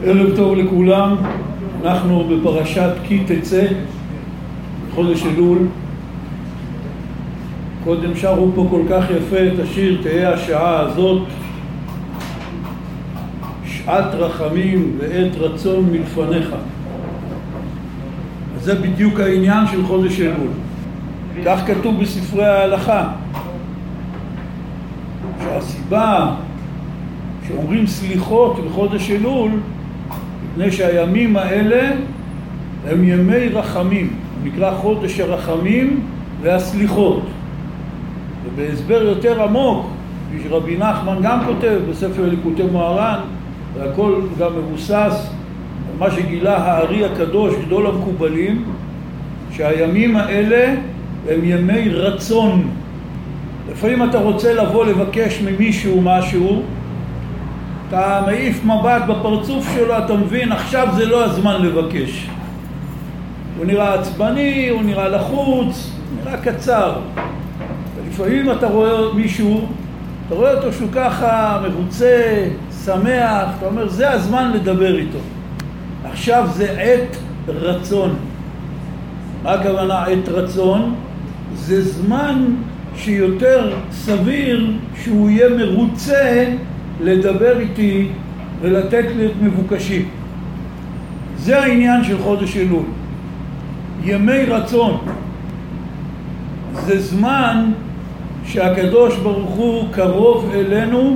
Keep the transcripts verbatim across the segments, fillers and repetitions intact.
ערב טוב לכולם, אנחנו בפרשת כי תצא, חודש אלול. קודם שרו פה כל כך יפה את השיר, תהיה השעה הזאת שעת רחמים ועת רצון מלפניך. אז זה בדיוק העניין של חודש אלול. כך כתוב בספרי ההלכה, שהסיבה שאומרים סליחות בחודש אלול, מפני שהימים האלה הם ימי רחמים, נקרא חודש הרחמים והסליחות. ובהסבר יותר עמוק, רבי נחמן גם כותב בספר ליקוטי מוהר"ן, והכל גם מבוסס על מה שגילה הארי הקדוש, גדול המקובלים, שהימים האלה הם ימי רצון. לפעמים אתה רוצה לבוא לבקש ממישהו משהו, אתה מעיף מבט בפרצוף שלו, אתה מבין, עכשיו זה לא הזמן לבקש. הוא נראה עצבני, הוא נראה לחוץ, הוא נראה קצר. ולפעמים אתה רואה מישהו, אתה רואה אותו שהוא ככה מרוצה, שמח, אתה אומר, זה הזמן לדבר איתו. עכשיו זה עת רצון. מה הכוונה עת רצון? זה זמן שיותר סביר שהוא יהיה מרוצה לדבר איתי ולתת לי את מבוקשים. זה העניין של חודש אלול. ימי רצון. זה זמן שהקדוש ברוך הוא קרוב אלינו,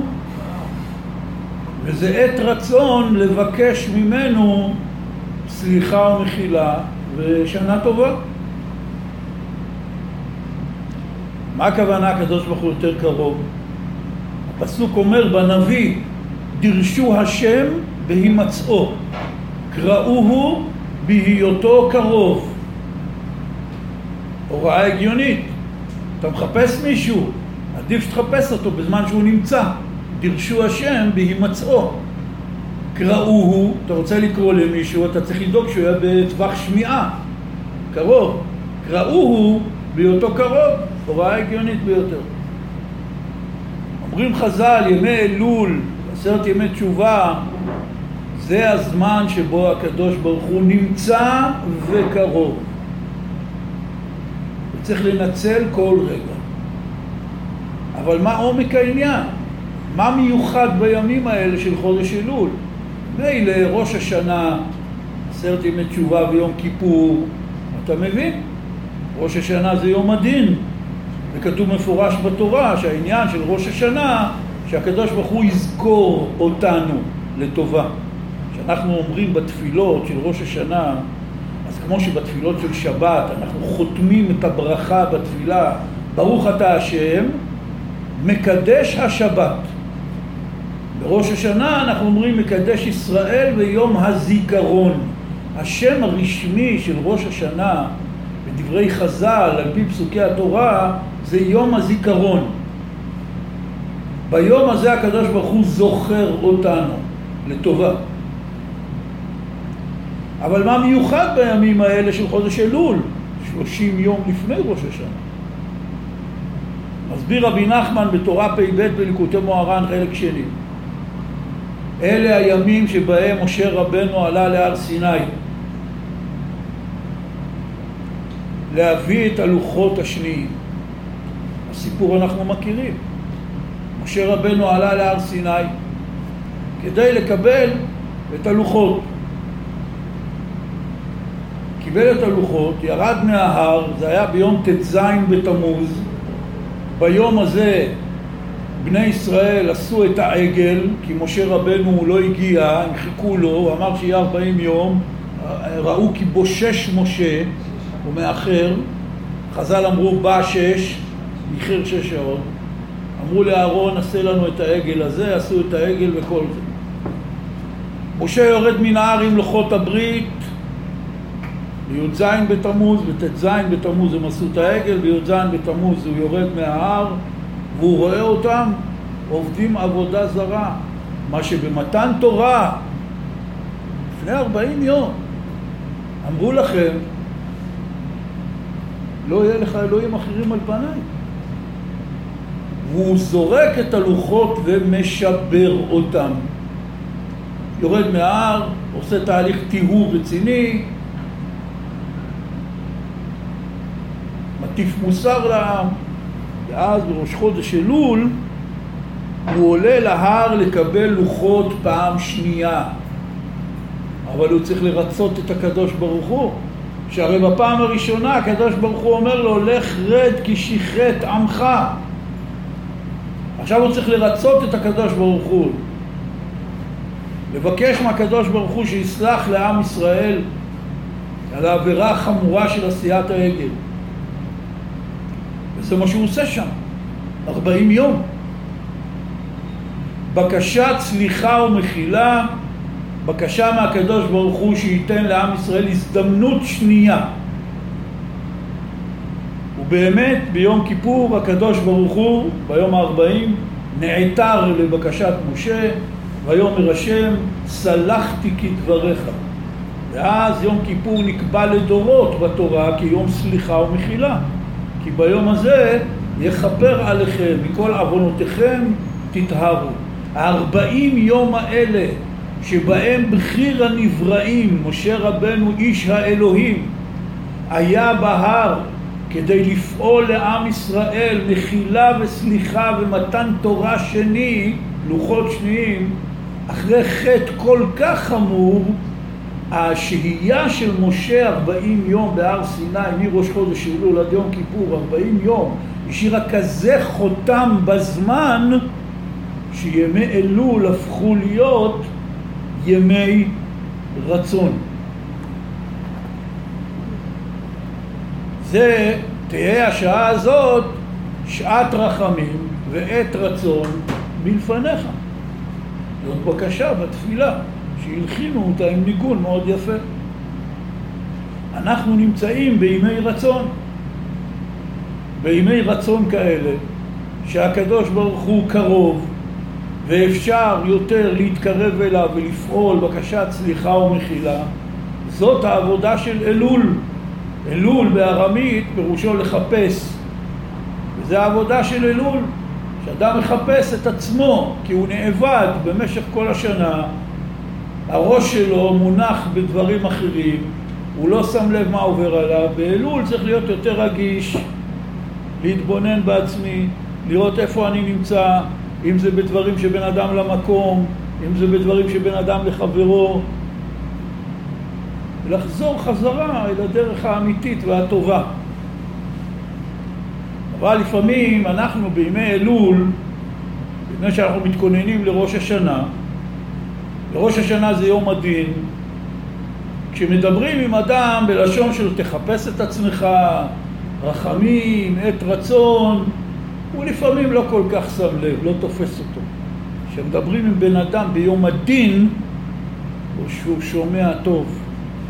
וזה עת רצון לבקש ממנו סליחה ומחילה ושנה טובה. מה הכוונה הקדוש ברוך הוא יותר קרוב? הפסוק אומר בנביא, דרשו השם בהימצאו, קראוהו בהיותו קרוב. הוראה הגיונית. אתה מחפש מישהו, עדיף שתחפש אותו בזמן שהוא נמצא. דרשו השם בהימצאו, קראוהו. אתה רוצה לקרוא למישהו, אתה צריך לדאוג שהוא יהיה בטווח שמיעה, קרוב. קראוהו בהיותו קרוב, הוראה הגיונית ביותר. אומרים חז"ל, ימי אלול, עשרת ימי תשובה, זה הזמן שבו הקדוש ברוך הוא נמצא וקרוב. צריך לנצל כל רגע. אבל מה עומק העניין? מה מיוחד בימים האלה של חודש אלול? מילא ראש השנה, עשרת ימי תשובה ויום כיפור, אתה מבין? ראש השנה זה יום הדין. וכתוב מפורש בתורה שהעניין של ראש השנה, שהקדוש ברוך הוא יזכור אותנו לטובה. שאנחנו אומרים בתפילות של ראש השנה, אז כמו שבתפילות של שבת אנחנו חותמים את הברכה בתפילה, ברוך אתה השם, מקדש השבת. בראש השנה אנחנו אומרים מקדש ישראל ויום הזיכרון. השם הרשמי של ראש השנה, בדברי חז"ל, על פי פסוקי התורה, זה יום הזיכרון. ביום הזה הקדוש ברוך הוא זוכר אותנו לטובה. אבל מה מיוחד בימים האלה של חודש אלול? שלושים יום לפני ראש השנה. מסביר רבי נחמן בתורה פ"ב בליקוטי מוהר"ן חלק שני. אלה הימים שבהם משה רבנו עלה להר סיני להביא את הלוחות השניים. הסיפור אנחנו מכירים. משה רבנו עלה להר סיני כדי לקבל את הלוחות. קיבל את הלוחות, ירד מההר, זה היה ביום ט"ז בתמוז. ביום הזה בני ישראל עשו את העגל, כי משה רבנו לא הגיע, הם חיכו לו, הוא אמר שיהיה ארבעים יום, ראו כי בושש משה, הוא מאחר, חז"ל אמרו בא שש, איחר שש שעות, אמרו לאהרון עשה לנו את העגל הזה, עשו את העגל וכל זה. משה יורד מן ההר עם לוחות הברית, בי"ז בתמוז, בט"ז בתמוז הם עשו את העגל, בי"ז בתמוז הוא יורד מההר, והוא רואה אותם עובדים עבודה זרה. מה שבמתן תורה, לפני ארבעים יום, אמרו לכם, לא יהיה לך אלוהים אחרים על פניי. והוא זורק את הלוחות ומשבר אותם. יורד מההר, עושה תהליך טיהור רציני, מטיף מוסר לעם, ואז בראש חודש אלול הוא עולה להר לקבל לוחות פעם שנייה. אבל הוא צריך לרצות את הקדוש ברוך הוא, שהרי בפעם הראשונה הקדוש ברוך הוא אומר לו, לך רד כי שיחת עמך. עכשיו הוא צריך לרצות את הקדוש ברוך הוא, לבקש מהקדוש ברוך הוא שיסלח לעם ישראל על העבירה החמורה של עשיית העגל. וזה מה שהוא עושה שם, ארבעים יום. בקשת סליחה ומחילה, בקשה מהקדוש ברוך הוא שייתן לעם ישראל הזדמנות שנייה. ובאמת ביום כיפור הקדוש ברוך הוא ביום הארבעים נעתר לבקשת משה, ויאמר השם סלחתי כדבריך. ואז יום כיפור נקבע לדורות בתורה כיום סליחה ומחילה, כי ביום הזה יכפר עליכם מכל עוונותיכם תטהרו. הארבעים יום האלה שבהם בחיר הנבראים משה רבנו איש האלוהים היה בהר כדי לפעול לעם ישראל מחילה וסליחה ומתן תורה שני, לוחות שניים, אחרי חטא כל כך חמור, השהייה של משה ארבעים יום בהר סיני מראש חודש אלול עד יום כיפור, ארבעים יום, השאירה כזה חותם בזמן שימי אלול הפכו להיות ימי רצון. זה תהיה השעה הזאת שעת רחמים ועת רצון מלפניך. זאת בקשה בתפילה שהלחינו אותה עם ניגון מאוד יפה. אנחנו נמצאים בימי רצון, בימי רצון כאלה שהקדוש ברוך הוא קרוב ואפשר יותר להתקרב אליו ולפעול בקשת סליחה ומחילה. זאת העבודה של אלול. אלול בארמית פירושו לחפש, וזה העבודה של אלול, שאדם מחפש את עצמו כי הוא נאבד במשך כל השנה, הראש שלו מונח בדברים אחרים, הוא לא שם לב מה עובר עליו. באלול צריך להיות יותר רגיש, להתבונן בעצמי, לראות איפה אני נמצא, אם זה בדברים שבין אדם למקום, אם זה בדברים שבין אדם לחברו, ולחזור חזרה אל הדרך האמיתית והטובה. אבל לפעמים אנחנו בימי אלול, לפני שאנחנו מתכוננים לראש השנה, לראש השנה זה יום הדין, כשמדברים עם אדם בלשון של תחפש את עצמך, רחמים, עת רצון, הוא לפעמים לא כל כך שם לב, לא תופס אותו. כשמדברים עם בן אדם ביום הדין, או שהוא שומע טוב.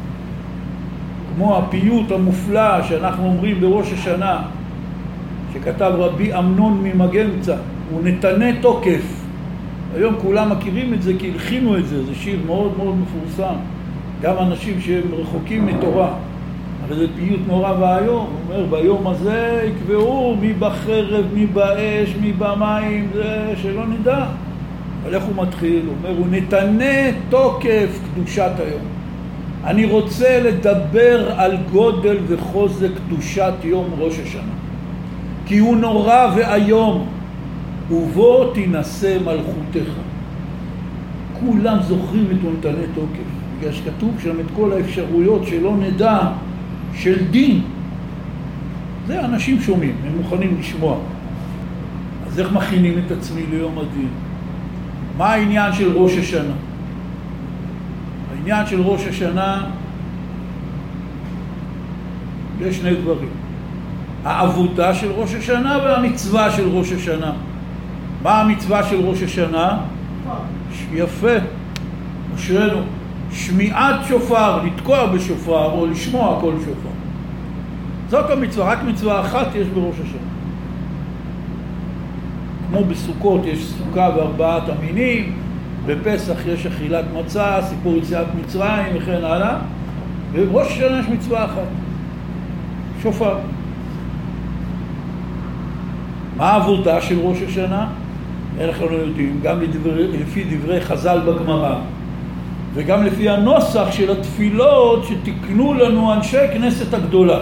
כמו הפיוט המופלא שאנחנו אומרים בראש השנה, שכתב רבי אמנון ממגנצה, הוא נתנה תוקף. היום כולם מכירים את זה כי הלחינו את זה, זה שיר מאוד מאוד מפורסם. גם אנשים שהם רחוקים מתורה. אבל זה פיוט נורא והיום, הוא אומר ביום הזה יקבעו מי בחרב, מי באש, מי במים, זה שלא נדע. אבל איך הוא מתחיל? הוא אומר, הוא נתנה תוקף קדושת היום. אני רוצה לדבר על גודל וחוזק קדושת יום ראש השנה. כי הוא נורא והיום, ובו תנסה מלכותך. כולם זוכרים את הוא נתנה תוקף. בגלל שכתוב שם את כל האפשרויות שלא נדע של דין. זה אנשים שומעים, הם מוכנים לשמוע. אז איך מכינים את עצמי ליום הדין? מה העניין של ראש השנה? העניין של ראש השנה יש שני דברים. העבודה של ראש השנה והמצווה של ראש השנה. מה המצווה של ראש השנה? יפה, אשרנו. שמיעת שופר, לתקוע בשופר או לשמוע כל שופר. זאת המצווה, רק מצווה אחת יש בראש השנה. כמו בסוכות יש סוכה וארבעת המינים, בפסח יש אכילת מצה, סיפור יציאת מצרים וכן הלאה, ובראש השנה יש מצווה אחת, שופר. מה העבודה של ראש השנה? אנחנו לא יודעים, גם לדברי, לפי דברי חז"ל בגמרא, וגם לפי הנוסח של התפילות שתקנו לנו אנשי כנסת הגדולה.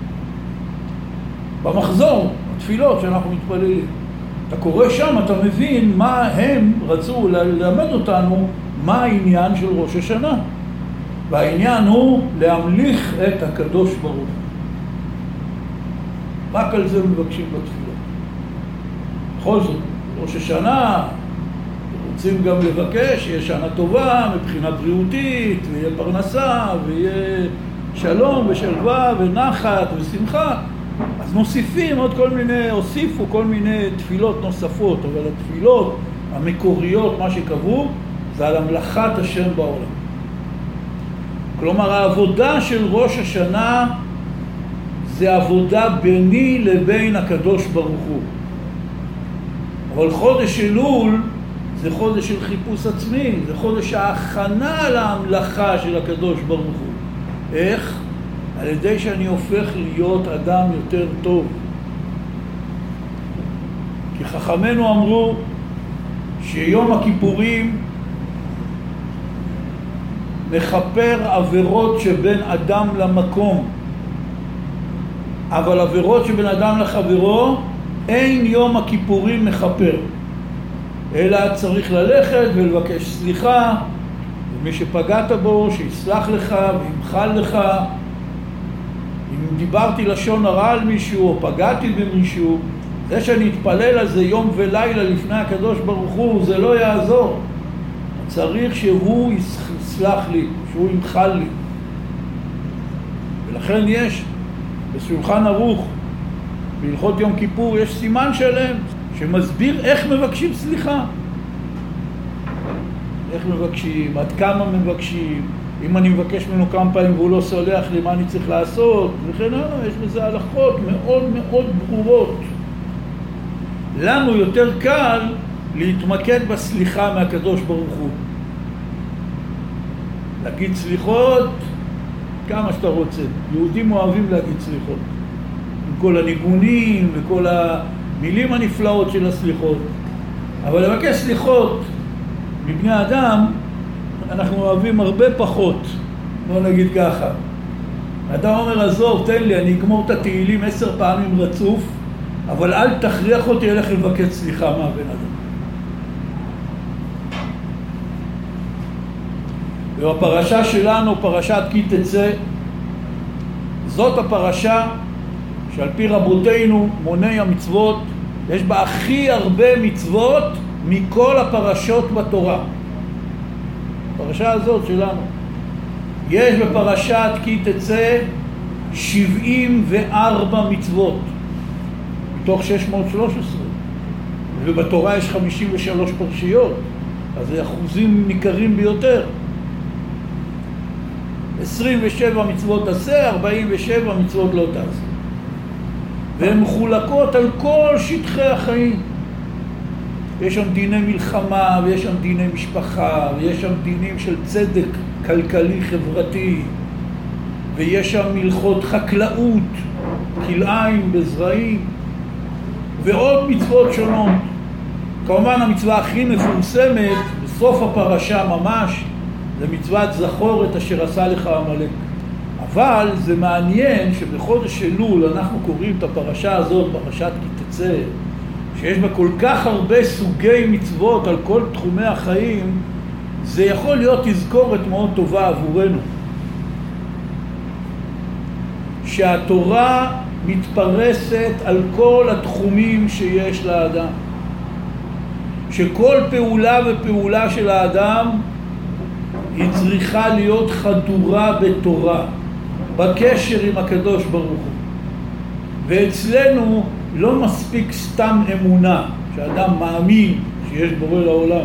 במחזור, התפילות שאנחנו מתפללים. אתה קורא שם, אתה מבין מה הם רצו ללמד אותנו, מה העניין של ראש השנה. והעניין הוא להמליך את הקדוש ברוך הוא. רק על זה מבקשים בתפילות. בכל זאת, ראש השנה, רוצים גם לבקש שיהיה שנה טובה מבחינה בריאותית, ויהיה פרנסה, ויהיה שלום ושלווה ונחת ושמחה. אז מוסיפים עוד כל מיני, הוסיפו כל מיני תפילות נוספות, אבל התפילות המקוריות, מה שקבעו, זה על המלאכת השם בעולם. כלומר, העבודה של ראש השנה זה עבודה ביני לבין הקדוש ברוך הוא. אבל חודש אלול זה חודש של חיפוש עצמי, זה חודש ההכנה להמלאכה של הקדוש ברוך הוא. איך? על ידי שאני הופך להיות אדם יותר טוב. כי חכמינו אמרו שיום הכיפורים מכפר עבירות שבין אדם למקום, אבל עבירות שבין אדם לחברו אין יום הכיפורים מכפר, אלא צריך ללכת ולבקש סליחה, ומי שפגעת בו שיסלח לך וימחל לך. אם דיברתי לשון הרע על מישהו או פגעתי במישהו, זה שאני אתפלל על זה יום ולילה לפני הקדוש ברוך הוא, זה לא יעזור. צריך שהוא יסלח לי, שהוא ימחל לי. ולכן יש בשולחן ערוך, בהלכות יום כיפור, יש סימן שלם שמסביר איך מבקשים סליחה. איך מבקשים, עד כמה מבקשים, אם אני מבקש ממנו כמה פעמים והוא לא סולח לי, מה אני צריך לעשות, וכן הלאה. יש בזה הלכות מאוד מאוד ברורות. לנו יותר קל להתמקד בסליחה מהקדוש ברוך הוא. להגיד סליחות כמה שאתה רוצה. יהודים אוהבים להגיד סליחות. עם כל הניגונים וכל המילים הנפלאות של הסליחות. אבל לבקש סליחות מבני אדם, אנחנו אוהבים הרבה פחות. בוא נגיד ככה. אדם אומר, עזוב, תן לי, אני אגמור את התהילים עשר פעמים רצוף, אבל אל תכריח אותי אלך לבקש סליחה מהבן אדם. והפרשה שלנו, פרשת כי תצא, זאת הפרשה שעל פי רבותינו מוני המצוות, יש בה הכי הרבה מצוות מכל הפרשות בתורה. הפרשה הזאת שלנו. יש בפרשת כי תצא שבעים וארבע מצוות, מתוך שש מאות ושלוש עשרה. ובתורה יש חמישים ושלוש פרשיות, אז זה אחוזים ניכרים ביותר. עשרים ושבע מצוות תעשה, ארבעים ושבע מצוות לא תעשה. והן מחולקות על כל שטחי החיים. יש שם דיני מלחמה, ויש שם דיני משפחה, ויש שם דינים של צדק כלכלי חברתי, ויש שם מלכות חקלאות, כלאיים בזרעים, ועוד מצוות שונות. כמובן המצווה הכי מפורסמת בסוף הפרשה ממש, זה מצוות זכור את אשר עשה לך עמלק. אבל זה מעניין שבחודש אלול אנחנו קוראים את הפרשה הזאת, פרשת כי תצא, שיש בה כל כך הרבה סוגי מצוות על כל תחומי החיים, זה יכול להיות תזכורת מאוד טובה עבורנו. שהתורה מתפרסת על כל התחומים שיש לאדם. שכל פעולה ופעולה של האדם היא צריכה להיות חדורה בתורה, בקשר עם הקדוש ברוך הוא. ואצלנו לא מספיק סתם אמונה, שאדם מאמין שיש בורא לעולם.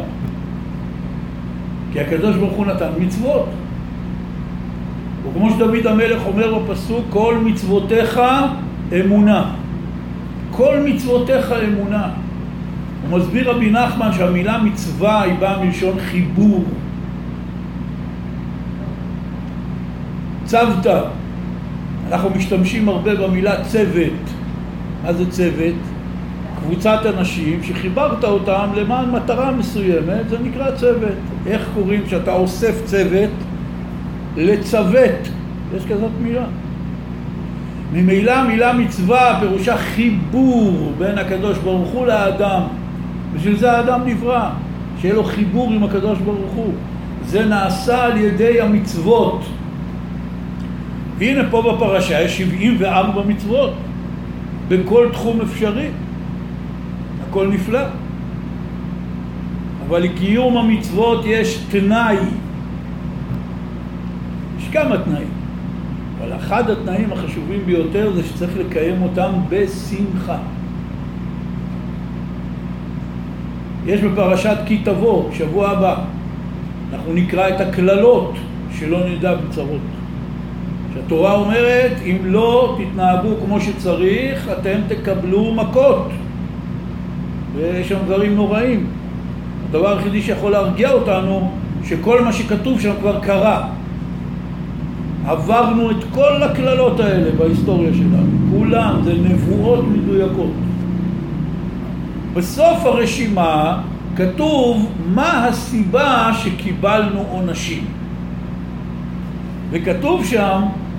כי הקדוש ברוך הוא נתן מצוות. וכמו שדוד המלך אומר בפסוק, כל מצוותיך אמונה. כל מצוותיך אמונה. הוא מסביר רבי נחמן שהמילה מצווה היא באה מלשון חיבור. צוות. אנחנו משתמשים הרבה במילה צוות. מה זה צוות? קבוצת אנשים שחיברת אותם למען מטרה מסוימת, זה נקרא צוות. איך קוראים שאתה אוסף צוות? לצוות. יש כזאת מילה. ממילא מילה מצווה פירושה חיבור בין הקדוש ברוך הוא לאדם. בשביל זה האדם נברא, שיהיה לו חיבור עם הקדוש ברוך הוא. זה נעשה על ידי המצוות. והנה פה בפרשה יש שבעים וארבע מצוות בכל תחום אפשרי. הכל נפלא. אבל לקיום המצוות יש תנאי. יש כמה תנאים. אבל אחד התנאים החשובים ביותר זה שצריך לקיים אותם בשמחה. יש בפרשת כי תבוא, שבוע הבא, אנחנו נקרא את הכללות שלא נדע בצרות. שהתורה אומרת, אם לא תתנהגו כמו שצריך, אתם תקבלו מכות. ויש שם דברים נוראים. הדבר היחידי שיכול להרגיע אותנו, שכל מה שכתוב שם כבר קרה. עברנו את כל הכללות האלה בהיסטוריה שלנו. כולם, זה נבואות מדויקות. בסוף הרשימה כתוב מה הסיבה שקיבלנו עונשים. וכתוב שם,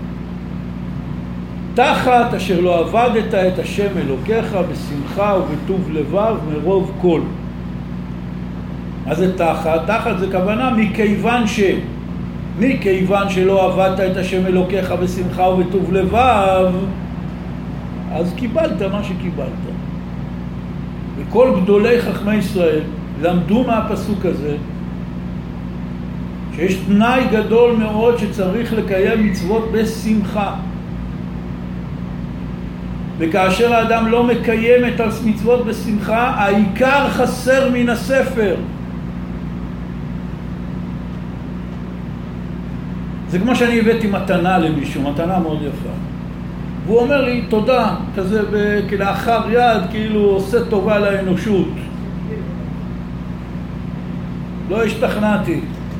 תחת אשר לא עבדת את השם אלוקיך בשמחה ובטוב לבב מרוב כל. אז זה תחת, תחת זה כוונה מכיוון ש... מכיוון שלא עבדת את השם אלוקיך בשמחה ובטוב לבב, אז קיבלת מה שקיבלת. וכל גדולי חכמי ישראל למדו מהפסוק הזה שיש תנאי גדול מאוד שצריך לקיים מצוות בשמחה. וכאשר האדם לא מקיים את המצוות בשמחה, העיקר חסר מן הספר. זה כמו שאני הבאתי מתנה למישהו, מתנה מאוד יפה. והוא אומר לי, תודה, כזה כלאחר יד, כאילו עושה טובה לאנושות. לא השתכנעתי.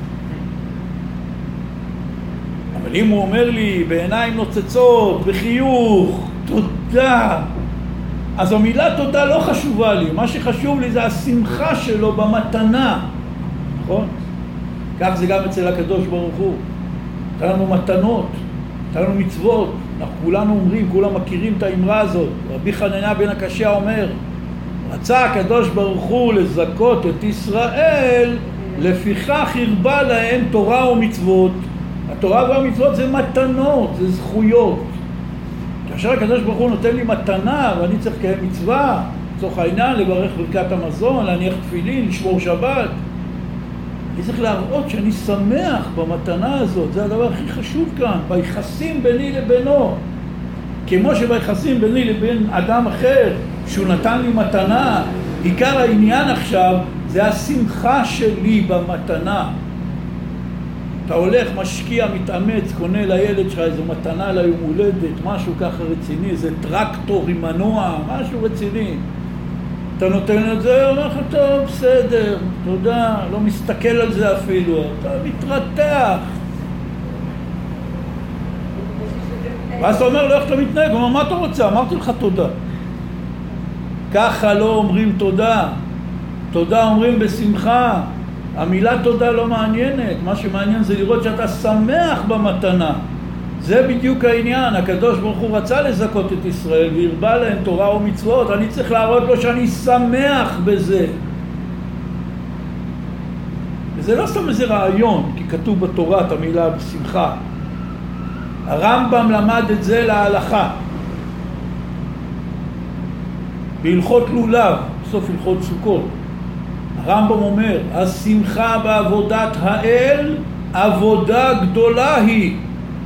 אבל אם הוא אומר לי, בעיניים נוצצות, בחיוך, תודה, אז המילה תודה לא חשובה לי. מה שחשוב לי זה השמחה שלו במתנה. נכון? כך זה גם אצל הקדוש ברוך הוא. נתן לנו מתנות, נתן לנו מצוות. אנחנו כולנו אומרים, כולם מכירים את האמרה הזאת. רבי חנניה בן הקשיא אומר, רצה הקדוש ברוך הוא לזכות את ישראל, לפיכך הרבה להם תורה ומצוות. התורה והמצוות זה מתנות, זה זכויות. כאשר הקדוש ברוך הוא נותן לי מתנה ואני צריך לקיים מצווה, לצורך העניין, לברך ברכת המזון, להניח תפילין, לשמור שבת, אני צריך להראות שאני שמח במתנה הזאת. זה הדבר הכי חשוב כאן, ביחסים ביני לבינו. כמו שביחסים ביני לבין אדם אחר, שהוא נתן לי מתנה, עיקר העניין עכשיו זה השמחה שלי במתנה. אתה הולך, משקיע, מתאמץ, קונה לילד שלך איזו מתנה ליום הולדת, משהו ככה רציני, איזה טרקטור עם מנוע, משהו רציני. אתה נותן את זה, אומר לך, טוב, בסדר, תודה, לא מסתכל על זה אפילו, אתה מתרתח. ואז אתה אומר לו, איך אתה מתנהג? הוא אומר, מה אתה רוצה? אמרתי לך תודה. ככה לא אומרים תודה. תודה אומרים בשמחה. המילה תודה לא מעניינת. מה שמעניין זה לראות שאתה שמח במתנה. זה בדיוק העניין. הקדוש ברוך הוא רצה לזכות את ישראל והרבה להם תורה ומצוות. אני צריך להראות לו שאני שמח בזה. וזה לא סתם איזה רעיון, כי כתוב בתורה את המילה בשמחה. הרמב"ם למד את זה להלכה. בהלכות לולב, בסוף הלכות סוכות. הרמב"ם אומר, השמחה בעבודת האל, עבודה גדולה היא.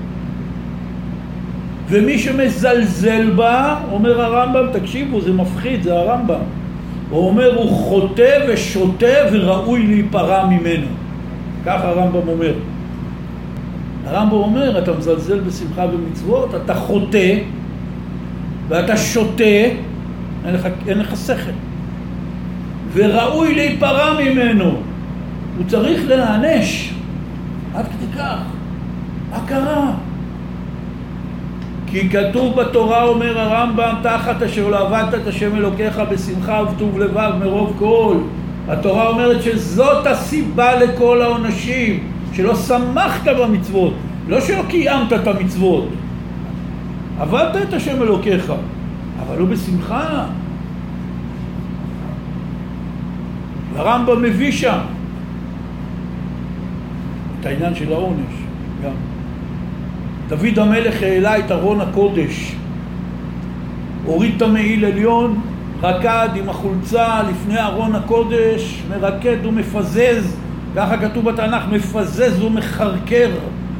ומי שמזלזל בה, אומר הרמב"ם, תקשיבו, זה מפחיד, זה הרמב"ם. הוא אומר, הוא חוטא ושוטה וראוי להיפרע ממנו. כך הרמב"ם אומר. הרמב"ם אומר, אתה מזלזל בשמחה ומצוות, אתה חוטא ואתה שוטה, אין לך, אין לך שכל. וראוי להיפרע ממנו. הוא צריך להענש. עד כדי כך. מה קרה? כי כתוב בתורה, אומר הרמב"ם, תחת אשר לא עבדת את השם אלוקיך בשמחה ובטוב לבב מרוב כל. התורה אומרת שזאת הסיבה לכל העונשים, שלא שמחת במצוות, לא שלא קיימת את המצוות. עבדת את השם אלוקיך, אבל לא בשמחה. הרמב"ם מביא שם את העניין של העונש גם. דוד המלך העלה את ארון הקודש, הוריד את המעיל עליון, רקד עם החולצה לפני ארון הקודש, מרקד ומפזז, ככה כתוב בתנ"ך, מפזז ומחרקר,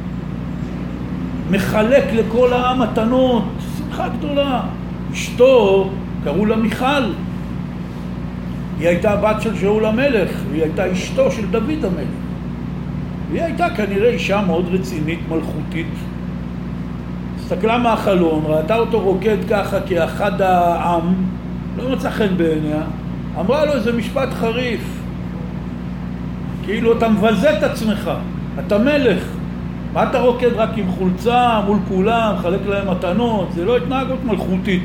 מחלק לכל העם מתנות, שמחה גדולה. אשתו קראו לה מיכל, היא הייתה בת של שאול המלך, והיא הייתה אשתו של דוד המלך. היא הייתה כנראה אישה מאוד רצינית, מלכותית. הסתכלה מהחלון, ראתה אותו רוקד ככה כאחד העם, לא מצא חן בעיניה, אמרה לו איזה משפט חריף, כאילו אתה מבזה את עצמך, אתה מלך, מה אתה רוקד רק עם חולצה מול כולם, חלק להם מתנות, זה לא התנהגות מלכותית.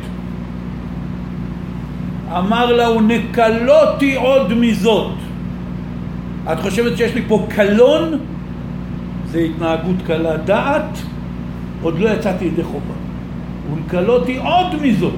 אמר לה, ונקלותי עוד מזאת. את חושבת שיש לי פה קלון? זה התנהגות קלה דעת, עוד לא יצאתי ידי חובה. ונקלותי עוד מזאת.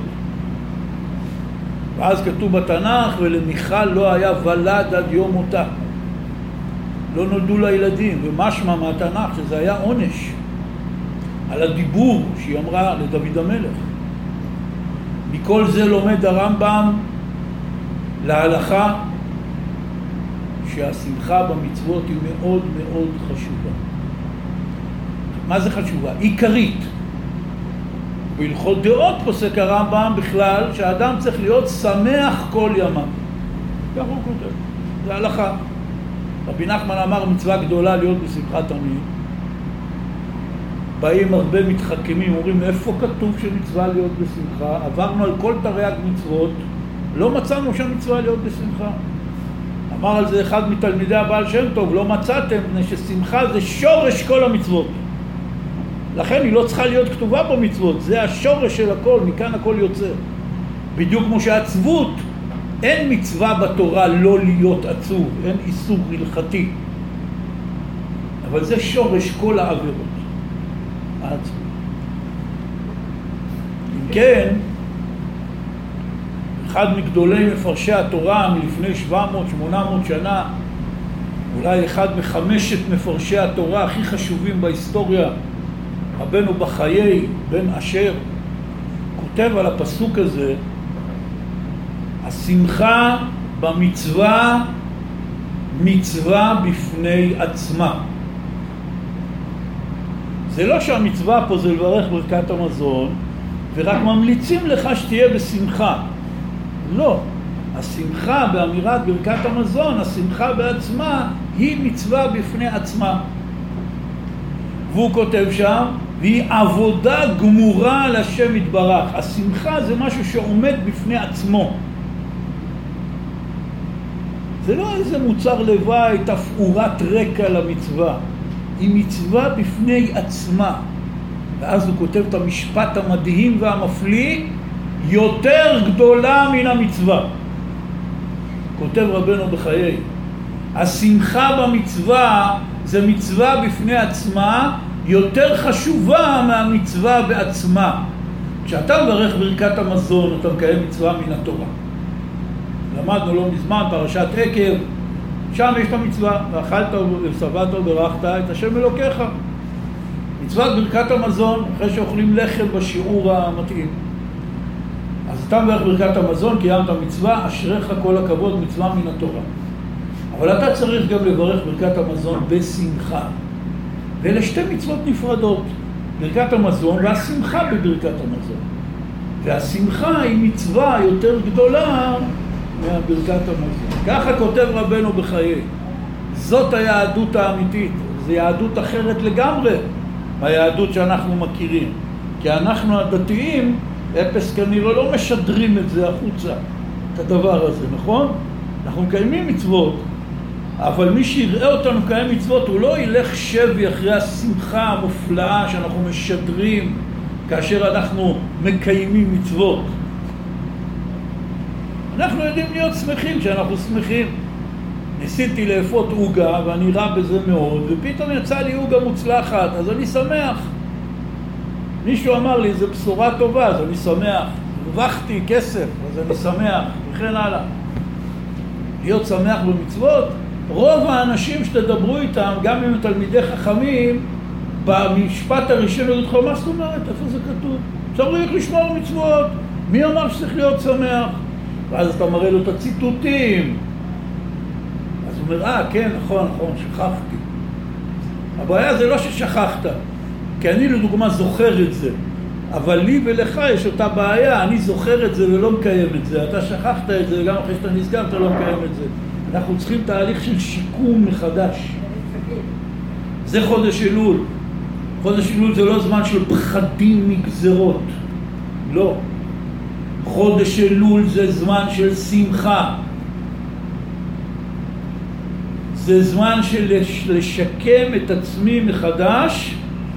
ואז כתוב בתנ"ך, ולמיכל לא היה ולד עד יום מותה. לא נולדו לה ילדים, ומשמע מהתנ"ך שזה היה עונש על הדיבור שהיא אמרה לדוד המלך. מכל זה לומד הרמב"ם להלכה שהשמחה במצוות היא מאוד מאוד חשובה. מה זה חשובה? עיקרית. בהלכות דעות פוסק הרמב"ם בכלל שהאדם צריך להיות שמח כל ימיו. כך הוא כותב. זה הלכה. רבי נחמן אמר מצווה גדולה להיות בשמחה תמיד. באים הרבה מתחכמים, אומרים איפה כתוב שמצווה להיות בשמחה? עברנו על כל תרי"ג מצוות, לא מצאנו שהמצווה להיות בשמחה. אמר על זה אחד מתלמידי הבעל שם טוב, לא מצאתם, מפני ששמחה זה שורש כל המצוות. לכן היא לא צריכה להיות כתובה במצוות, זה השורש של הכל, מכאן הכל יוצא. בדיוק כמו שעצבות, אין מצווה בתורה לא להיות עצוב, אין איסור הלכתי. אבל זה שורש כל העבירות. העצבות. אם כן, אחד מגדולי מפרשי התורה מלפני שבע מאות שמונה מאות שנה, אולי אחד מחמשת מפרשי התורה הכי חשובים בהיסטוריה, רבנו בחיי בן אשר, כותב על הפסוק הזה, השמחה במצווה מצווה בפני עצמה. זה לא שהמצווה פה זה לברך ברכת המזון ורק ממליצים לך שתהיה בשמחה. לא. השמחה באמירת ברכת המזון, השמחה בעצמה היא מצווה בפני עצמה. והוא כותב שם, והיא עבודה גמורה לשם יתברך. השמחה זה משהו שעומד בפני עצמו. זה לא איזה מוצר לוואי, תפאורת רקע למצווה. היא מצווה בפני עצמה. ואז הוא כותב את המשפט המדהים והמפליא, יותר גדולה מן המצווה. כותב רבנו בחיי, השמחה במצווה זה מצווה בפני עצמה, יותר חשובה מהמצווה בעצמה. כשאתה מברך ברכת המזון, אתה מקיים מצווה מן התורה. למדנו לא מזמן פרשת עקב, שם יש את המצווה, ואכלת ושבעת וברכת את השם אלוקיך. מצוות ברכת המזון, אחרי שאוכלים לחם בשיעור המתאים. אז אתה מברך ברכת המזון, קיימת מצווה, אשריך כל הכבוד, מצווה מן התורה. אבל אתה צריך גם לברך ברכת המזון בשמחה. ואלה שתי מצוות נפרדות, ברכת המזון והשמחה בברכת המזון. והשמחה היא מצווה יותר גדולה מהברכת המזון. ככה כותב רבנו בחיי. זאת היהדות האמיתית. זו יהדות אחרת לגמרי מהיהדות שאנחנו מכירים. כי אנחנו הדתיים, אפס כנראה לא משדרים את זה החוצה, את הדבר הזה, נכון? אנחנו מקיימים מצוות, אבל מי שיראה אותנו קיים מצוות, הוא לא ילך שבי אחרי השמחה המופלאה שאנחנו משדרים כאשר אנחנו מקיימים מצוות. אנחנו יודעים להיות שמחים כשאנחנו שמחים. ניסיתי לאפות עוגה ואני רע בזה מאוד, ופתאום יצא לי עוגה מוצלחת, אז אני שמח. מישהו אמר לי, זו בשורה טובה, אז אני שמח. הרווחתי כסף, אז אני שמח, וכן הלאה. להיות שמח במצוות, רוב האנשים שתדברו איתם, גם אם הם תלמידי חכמים, במשפט הראשון יגידו לך, מה זאת אומרת? איפה זה כתוב? צריך לשמור מצוות. מי אמר שצריך להיות שמח? ואז אתה מראה לו את הציטוטים. אז הוא אומר, אה, כן, נכון, נכון, שכחתי. הבעיה זה לא ששכחת, כי אני לדוגמה זוכר את זה. אבל לי ולך יש אותה בעיה, אני זוכר את זה ולא מקיים את זה. אתה שכחת את זה, וגם אחרי שאתה נזכר אתה לא מקיים את זה. אנחנו צריכים תהליך של שיקום מחדש. זה חודש אלול. חודש אלול זה לא זמן של פחדים מגזרות. לא. חודש אלול זה זמן של שמחה. זה זמן של לשקם את עצמי מחדש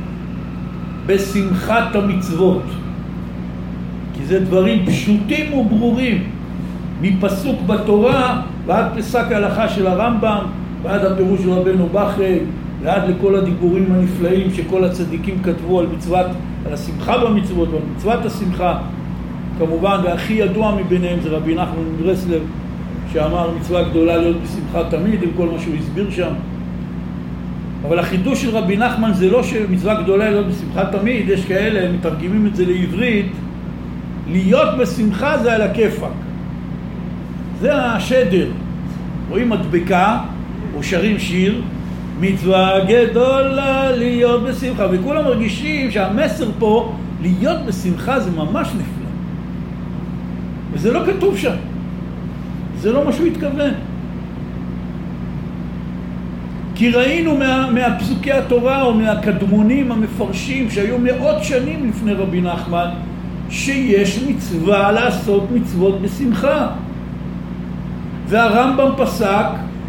בשמחת המצוות. כי זה דברים פשוטים וברורים. מפסוק בתורה ועד פסק ההלכה של הרמב"ם, ועד הפירוש של רבנו בכרי, ועד לכל הדיבורים הנפלאים שכל הצדיקים כתבו על מצוות, על השמחה במצוות ועל מצוות השמחה. כמובן, והכי ידוע מביניהם זה רבי נחמן מברסלב, שאמר מצווה גדולה להיות בשמחה תמיד, עם כל מה שהוא הסביר שם. אבל החידוש של רבי נחמן זה לא שמצווה גדולה להיות בשמחה תמיד, יש כאלה, הם מתרגמים את זה לעברית, להיות בשמחה זה על הכיפק. זה השדר. רואים מדבקה, או שרים שיר, מצווה גדולה להיות בשמחה, וכולם מרגישים שהמסר פה, להיות בשמחה זה ממש נפלא. וזה לא כתוב שם. זה לא מה שהוא התכוון. כי ראינו מה, מהפסוקי התורה או מהקדמונים המפרשים שהיו מאות שנים לפני רבי נחמן, שיש מצווה לעשות מצוות בשמחה. והרמב"ם פסק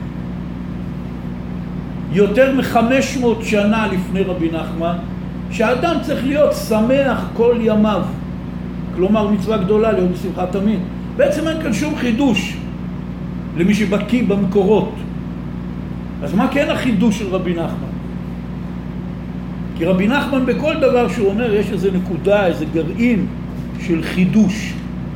יותר מחמש מאות שנה לפני רבי נחמן, שהאדם צריך להיות שמח כל ימיו. כלומר מצווה גדולה להיות בשמחה תמיד. בעצם אין כאן שום חידוש למי שבקיא במקורות. אז מה כן החידוש של רבי נחמן? כי רבי נחמן בכל דבר שהוא אומר יש איזה נקודה, איזה גרעין של חידוש.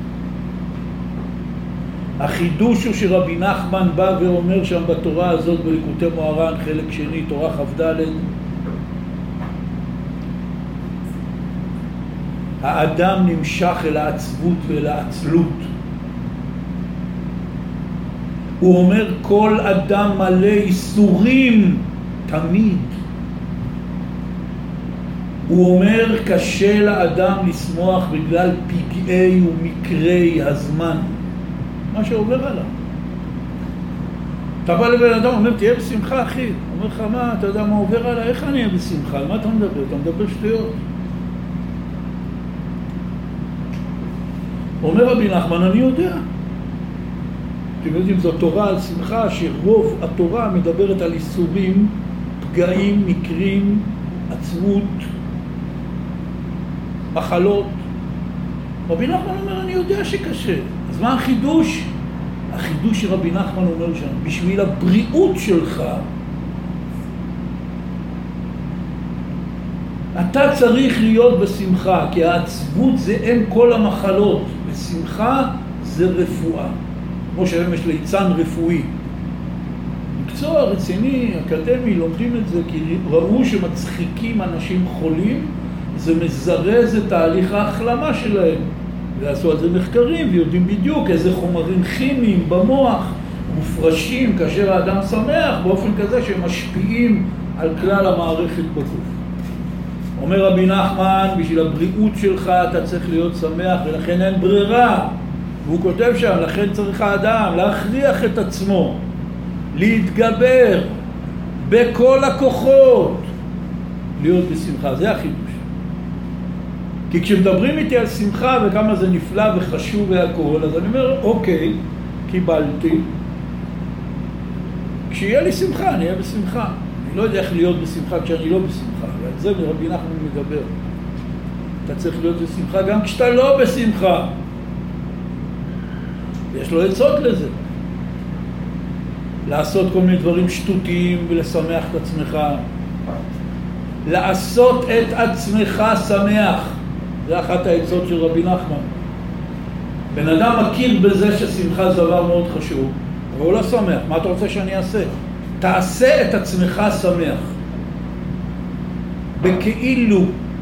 החידוש הוא שרבי נחמן בא ואומר שם בתורה הזאת בליקוטי מוהר"ן חלק שני תורה כ"ד, האדם נמשך אל העצבות ואל העצלות. הוא אומר כל אדם מלא איסורים תמיד. הוא אומר קשה לאדם לשמוח בגלל פגעי ומקרי הזמן, מה שעובר עליו. אתה בא לבן אדם, אומר תהיה בשמחה אחי, אומר לך מה, אתה יודע מה עובר עליי, איך אני אהיה בשמחה, על מה אתה מדבר? אתה מדבר שטויות. אומר רבי נחמן, אני יודע. אתם יודעים, זו תורה על שמחה, שרוב התורה מדברת על איסורים, פגעים, מקרים, עצבות, מחלות. רבי נחמן אומר, אני יודע שקשה. אז מה החידוש? החידוש שרבי נחמן אומר שם, בשביל הבריאות שלך, אתה צריך להיות בשמחה, כי העצבות זה אין כל המחלות, ושמחה זה רפואה. כמו שהיום יש ליצן רפואי. מקצוע רציני, אקדמי, לומדים את זה, כי ראו שמצחיקים אנשים חולים, זה מזרז את תהליך ההחלמה שלהם. ועשו על זה מחקרים, ויודעים בדיוק איזה חומרים כימיים במוח מופרשים כאשר האדם שמח, באופן כזה שהם משפיעים על כלל המערכת בגוף. אומר רבי נחמן, בשביל הבריאות שלך אתה צריך להיות שמח, ולכן אין ברירה. והוא כותב שם, לכן צריך האדם להכריח את עצמו, להתגבר בכל הכוחות, להיות בשמחה. זה החידוש. כי כשמדברים איתי על שמחה וכמה זה נפלא וחשוב והכל, אז אני אומר, אוקיי, קיבלתי. כשיהיה לי שמחה, אני אהיה בשמחה. אני לא יודע איך להיות בשמחה כשאני לא בשמחה, ועל זה רבי נחמן מדבר. אתה צריך להיות בשמחה גם כשאתה לא בשמחה. יש לו עצות לזה. לעשות כל מיני דברים שטותיים ולשמח את עצמך. לעשות את עצמך שמח. זה אחת העצות של רבי נחמן. בן אדם מכיר בזה ששמחה זה דבר מאוד חשוב, אבל הוא לא שמח. מה אתה רוצה שאני אעשה? תעשה את עצמך שמח. בכאילו,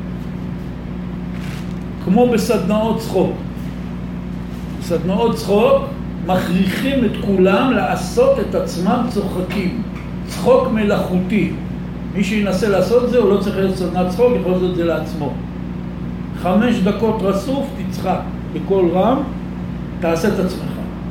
כמו בסדנאות צחוק. בסדנאות צחוק מכריחים את כולם לעשות את עצמם צוחקים. צחוק מלאכותי. מי שינסה לעשות זה, הוא לא צריך להיות סדנת צחוק, יכול לעשות את זה לעצמו. חמש דקות רצוף, תצחק בכל רם, תעשה את עצמך.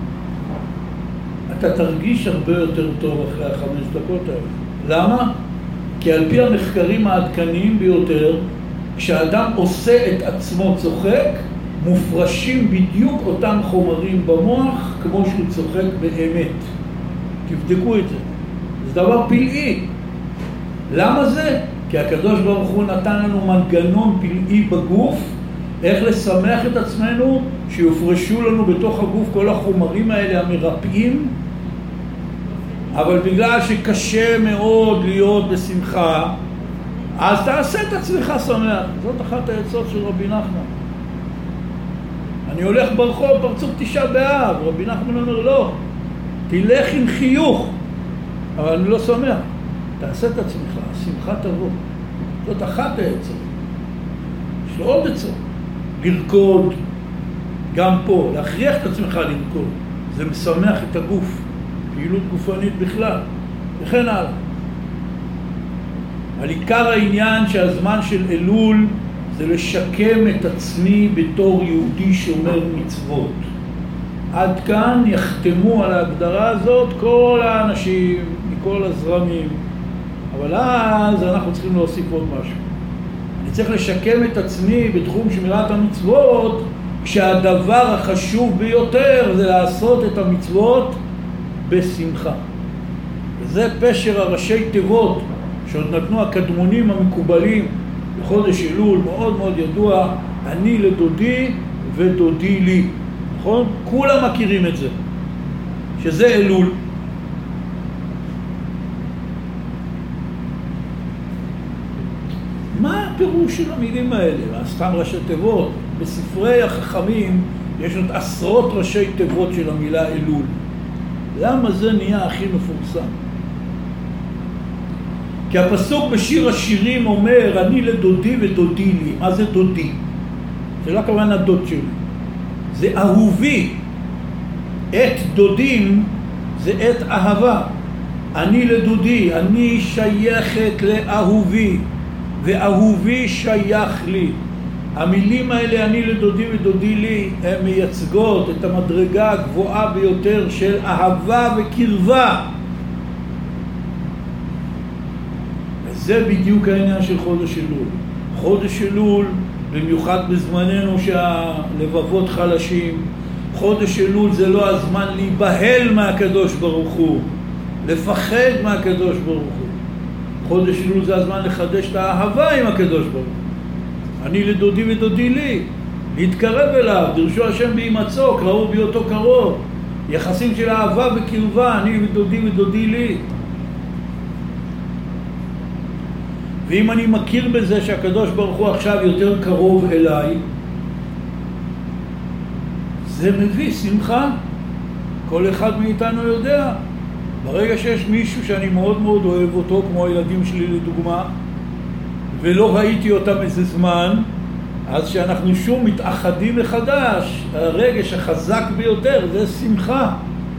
אתה תרגיש הרבה יותר טוב אחרי החמש דקות האלה. למה? כי על פי המחקרים העדכניים ביותר, כשאדם עושה את עצמו צוחק, מופרשים בדיוק אותם חומרים במוח כמו שהוא צוחק באמת. תבדקו את זה. זה דבר פלאי. למה זה? כי הקדוש ברוך הוא נתן לנו מנגנון פלאי בגוף, איך לשמח את עצמנו, שיופרשו לנו בתוך הגוף כל החומרים האלה המרפאים, אבל בגלל שקשה מאוד להיות בשמחה, אז תעשה את עצמך שמח. זאת אחת העצות של רבי נחמן. אני הולך ברחוב, פרצוף תשעה באב, רבי נחמן אומר לא, תלך עם חיוך, אבל אני לא שמח. תעשה את עצמך, השמחה תבוא. זאת אחת העצות. יש לו עוד עצות. לרקוד, גם פה, להכריח את עצמך לרקוד. זה משמח את הגוף, פעילות גופנית בכלל, וכן הלאה. על עיקר העניין שהזמן של אלול זה לשקם את עצמי בתור יהודי שומר מצוות. עד כאן יחתמו על ההגדרה הזאת כל האנשים מכל הזרמים, אבל אז אנחנו צריכים להוסיף עוד משהו. אני צריך לשקם את עצמי בתחום שמירת המצוות, כשהדבר החשוב ביותר זה לעשות את המצוות בשמחה. וזה פשר הראשי תיבות שעוד נתנו הקדמונים המקובלים בחודש אלול, מאוד מאוד ידוע, אני לדודי ודודי לי. נכון? כולם מכירים את זה, שזה אלול. מה הפירוש של המילים האלה? סתם ראשי תיבות. בספרי החכמים יש עוד עשרות ראשי תיבות של המילה אלול. למה זה נהיה הכי מפורסם? כי הפסוק בשיר השירים אומר, אני לדודי ודודי לי. מה זה דודי? זה לא כמובן הדוד שלי. זה אהובי. את דודים זה את אהבה. אני לדודי, אני שייכת לאהובי, ואהובי שייך לי. המילים האלה, אני לדודי ודודי לי, הן מייצגות את המדרגה הגבוהה ביותר של אהבה וקרבה. וזה בדיוק העניין של חודש אלול. חודש אלול, במיוחד בזמננו שהלבבות חלשים, חודש אלול זה לא הזמן להיבהל מהקדוש ברוך הוא, לפחד מהקדוש ברוך הוא. חודש אלול זה הזמן לחדש את האהבה עם הקדוש ברוך הוא. אני לדודי ודודי לי, להתקרב אליו, דרשו השם בהימצאו, קראו בהיותו קרוב. יחסים של אהבה וקרבה, אני ודודי ודודי לי. ואם אני מכיר בזה שהקדוש ברוך הוא עכשיו יותר קרוב אליי, זה מביא שמחה. כל אחד מאיתנו יודע. ברגע שיש מישהו שאני מאוד מאוד אוהב אותו, כמו הילדים שלי לדוגמה, ולא ראיתי אותם איזה זמן, אז שאנחנו שוב מתאחדים מחדש, הרגש החזק ביותר זה שמחה.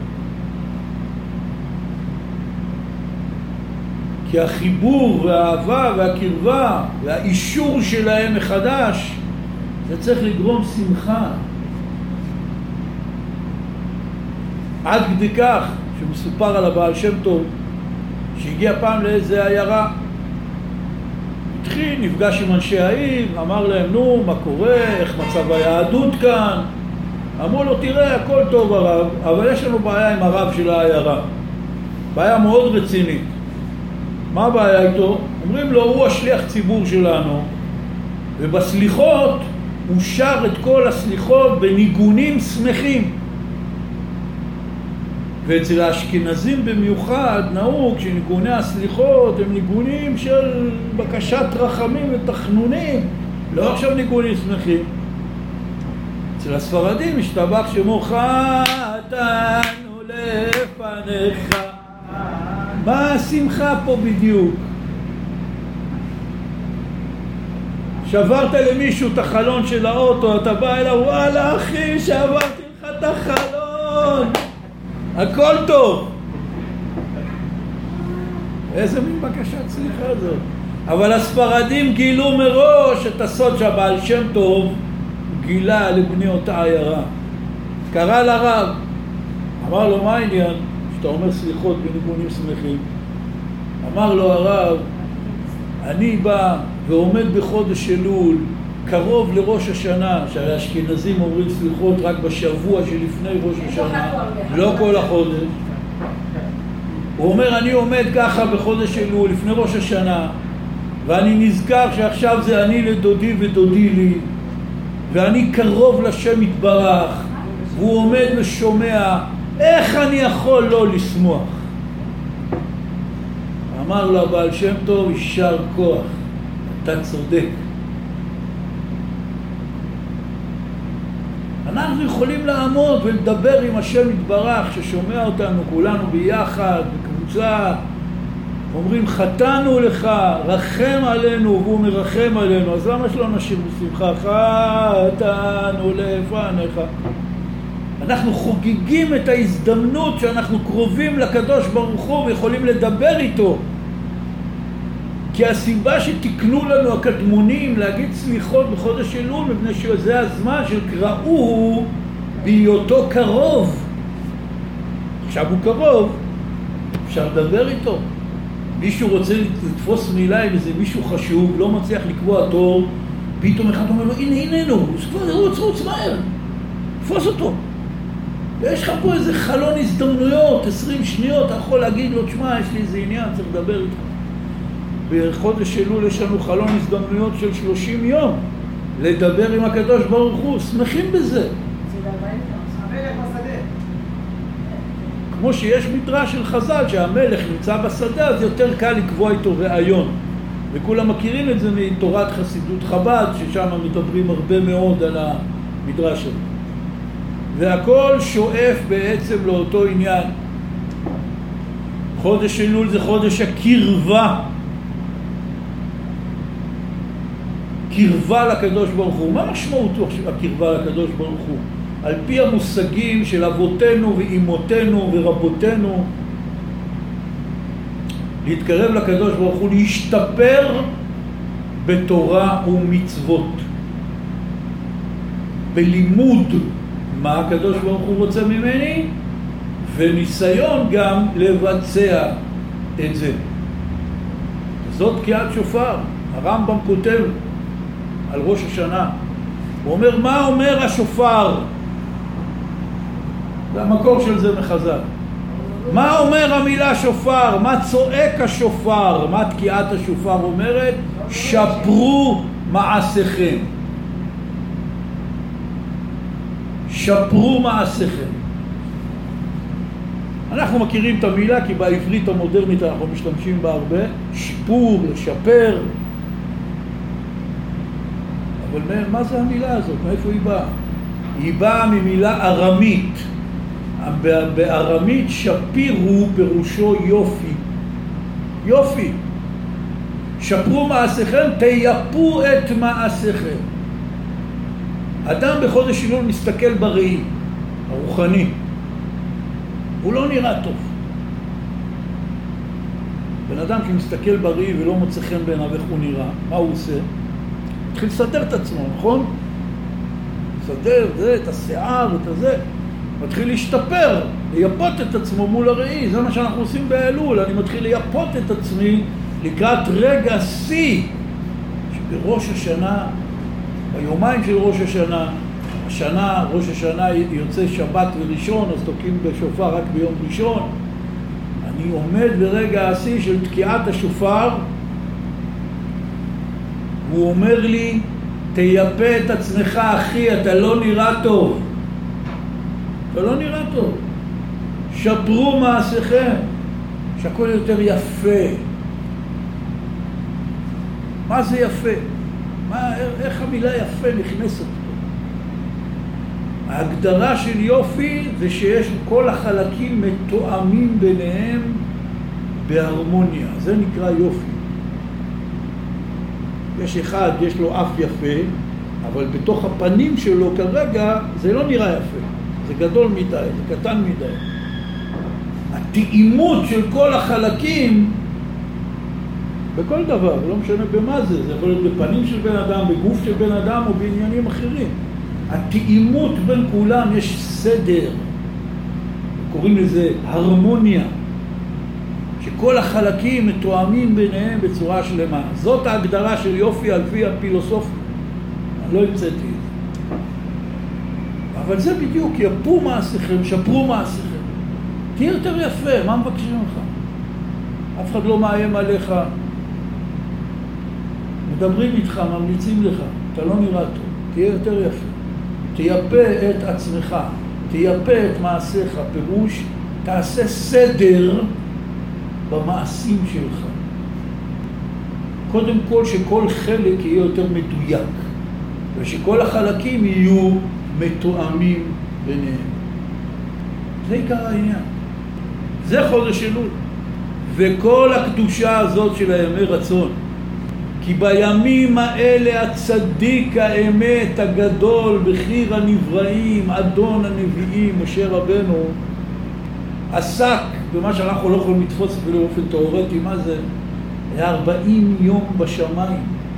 כי החיבור והאהבה והקרבה והאישור שלהם מחדש, זה צריך לגרום שמחה. עד כדי כך שמסופר על הבעל שם טוב, שהגיע פעם לאיזה עיירה, התחיל, נפגש עם אנשי העיר, אמר להם, נו, מה קורה, איך מצב היהדות כאן? אמרו לו, תראה, הכל טוב הרב, אבל יש לנו בעיה עם הרב של העיירה. בעיה מאוד רצינית. מה הבעיה איתו? אומרים לו, הוא השליח ציבור שלנו, ובסליחות הוא שר את כל הסליחות בניגונים שמחים. ואצל האשכנזים במיוחד נהוג שניגוני הסליחות הם ניגונים של בקשת רחמים ותחנונים, לא עכשיו ניגונים שמחים. אצל הספרדים השתבח שמו חטאנו לפניך. מה השמחה פה בדיוק? שברת למישהו את החלון של האוטו, אתה בא אליו, וואלה אחי, שברתי לך את החלון, הכל טוב. איזה מין בקשת סליחה זאת? אבל הספרדים גילו מראש את הסוד שהבעל שם טוב גילה לבני אותה עיירה. קרא לרב, אמר לו, מה העניין שאתה אומר סליחות בניגונים שמחים? אמר לו הרב, אני בא ועומד בחודש אלול קרוב לראש השנה, שהאשכנזים אומרים סליחות רק בשבוע שלפני ראש השנה, לא כל החודש. הוא אומר, אני עומד ככה בחודש אלול לפני ראש השנה, ואני נזכר שעכשיו זה אני לדודי ודודי לי, ואני קרוב לשם יתברך, והוא עומד ושומע, איך אני יכול לא לשמוח? אמר לו הבעל שם טוב, יישר כוח, אתה צודק. אנחנו יכולים לעמוד ולדבר עם השם יתברך ששומע אותנו כולנו ביחד, בקבוצה, אומרים חטאנו לך, רחם עלינו, והוא מרחם עלינו. אז למה שלא נשאיר בשמחה? חטאנו לפניך. אנחנו חוגגים את ההזדמנות שאנחנו קרובים לקדוש ברוך הוא ויכולים לדבר איתו. כי הסיבה שתקנו לנו הקדמונים להגיד סליחות בחודש אלול, מפני שזה הזמן של קראו בהיותו קרוב. עכשיו הוא קרוב, אפשר לדבר איתו. מישהו רוצה לתפוס מילה עם איזה מישהו חשוב, לא מצליח לקבוע תור, פתאום אחד אומר לו, הנה, הנה, נו, רוץ, רוץ, מהר, תפוס אותו. ויש לך פה איזה חלון הזדמנויות, עשרים שניות, אתה יכול להגיד לו, תשמע, יש לי איזה עניין, צריך לדבר איתך. בחודש אלול יש לנו חלון הזדמנויות של שלושים יום, לדבר עם הקדוש ברוך הוא, שמחים בזה. כמו שיש מדרש של חז"ל שהמלך נמצא בשדה, אז יותר קל לקבוע איתו רעיון. וכולם מכירים את זה מתורת חסידות חב"ד, ששם מדברים הרבה מאוד על המדרש הזה. והכל שואף בעצם לאותו עניין. חודש אלול זה חודש הקרבה. קרבה לקדוש ברוך הוא. מה משמעותו הקרבה לקדוש ברוך הוא? על פי המושגים של אבותינו ואימותינו ורבותינו, להתקרב לקדוש ברוך הוא, להשתפר בתורה ומצוות, בלימוד מה הקדוש ברוך הוא רוצה ממני, וניסיון גם לבצע את זה. זאת תקיעת שופר. הרמב"ם כותב על ראש השנה, הוא אומר, מה אומר השופר? זה המקור של זה מחז"ל. מה אומר המילה שופר? מה צועק השופר? מה תקיעת השופר אומרת? שפרו מעשיכם. שפרו מעשיכם. אנחנו מכירים את המילה כי בעברית המודרנית אנחנו משתמשים בה הרבה. שיפור, לשפר. אבל מה זה המילה הזאת? מאיפה היא באה? היא באה ממילה ארמית. בארמית שפירו פירושו יופי. יופי. שפרו מעשיכם, תייפו את מעשיכם. אדם בחודש אלול מסתכל בראי, הרוחני. הוא לא נראה טוב. בן אדם שמסתכל בראי ולא מוצא חן בעיניו איך הוא נראה, מה הוא עושה? מתחיל לסדר את עצמו, נכון? לסדר זה, את השיער, את הזה. מתחיל להשתפר, לייפות את עצמו מול הראי. זה מה שאנחנו עושים באלול. אני מתחיל לייפות את עצמי לקראת רגע שיא שבראש השנה, ביומיים של ראש השנה, השנה, ראש השנה יוצא שבת וראשון, אז תוקעים בשופר רק ביום ראשון. אני עומד ברגע השיא של תקיעת השופר, והוא אומר לי, תייפה את עצמך, אחי, אתה לא נראה טוב. אתה לא נראה טוב. שפרו מעשיכם, שהכל יותר יפה. מה זה יפה? מה, איך המילה יפה נכנסת פה? ההגדרה של יופי זה שיש כל החלקים מתואמים ביניהם בהרמוניה. זה נקרא יופי. יש אחד, יש לו אף יפה, אבל בתוך הפנים שלו כרגע זה לא נראה יפה. זה גדול מדי, זה קטן מדי. התאימות של כל החלקים בכל דבר, לא משנה במה זה, זה יכול להיות בפנים של בן אדם, בגוף של בן אדם או בעניינים אחרים. התאימות בין כולם, יש סדר, קוראים לזה הרמוניה, שכל החלקים מתואמים ביניהם בצורה שלמה. זאת ההגדרה של יופי על פי הפילוסופיה. אני לא המצאתי את זה. אבל זה בדיוק, יפו מעשיכם, שפרו מעשיכם. תהיה יותר יפה, מה מבקשים לך? אף אחד לא מאיים עליך. מדברים איתך, ממליצים לך, אתה לא נראה טוב, תהיה יותר יפה. תייפה את עצמך, תייפה את מעשיך, פירוש, תעשה סדר במעשים שלך. קודם כל שכל חלק יהיה יותר מדויק, ושכל החלקים יהיו מתואמים ביניהם. זה עיקר העניין. זה חודש אלול. וכל הקדושה הזאת של הימי רצון, כי בימים האלה הצדיק האמת הגדול, בחיר הנבראים, אדון הנביאים, משה רבנו, עסק במה שאנחנו לא יכולים לתפוס אפילו באופן תיאורטי. מה זה? היה ארבעים יום בשמיים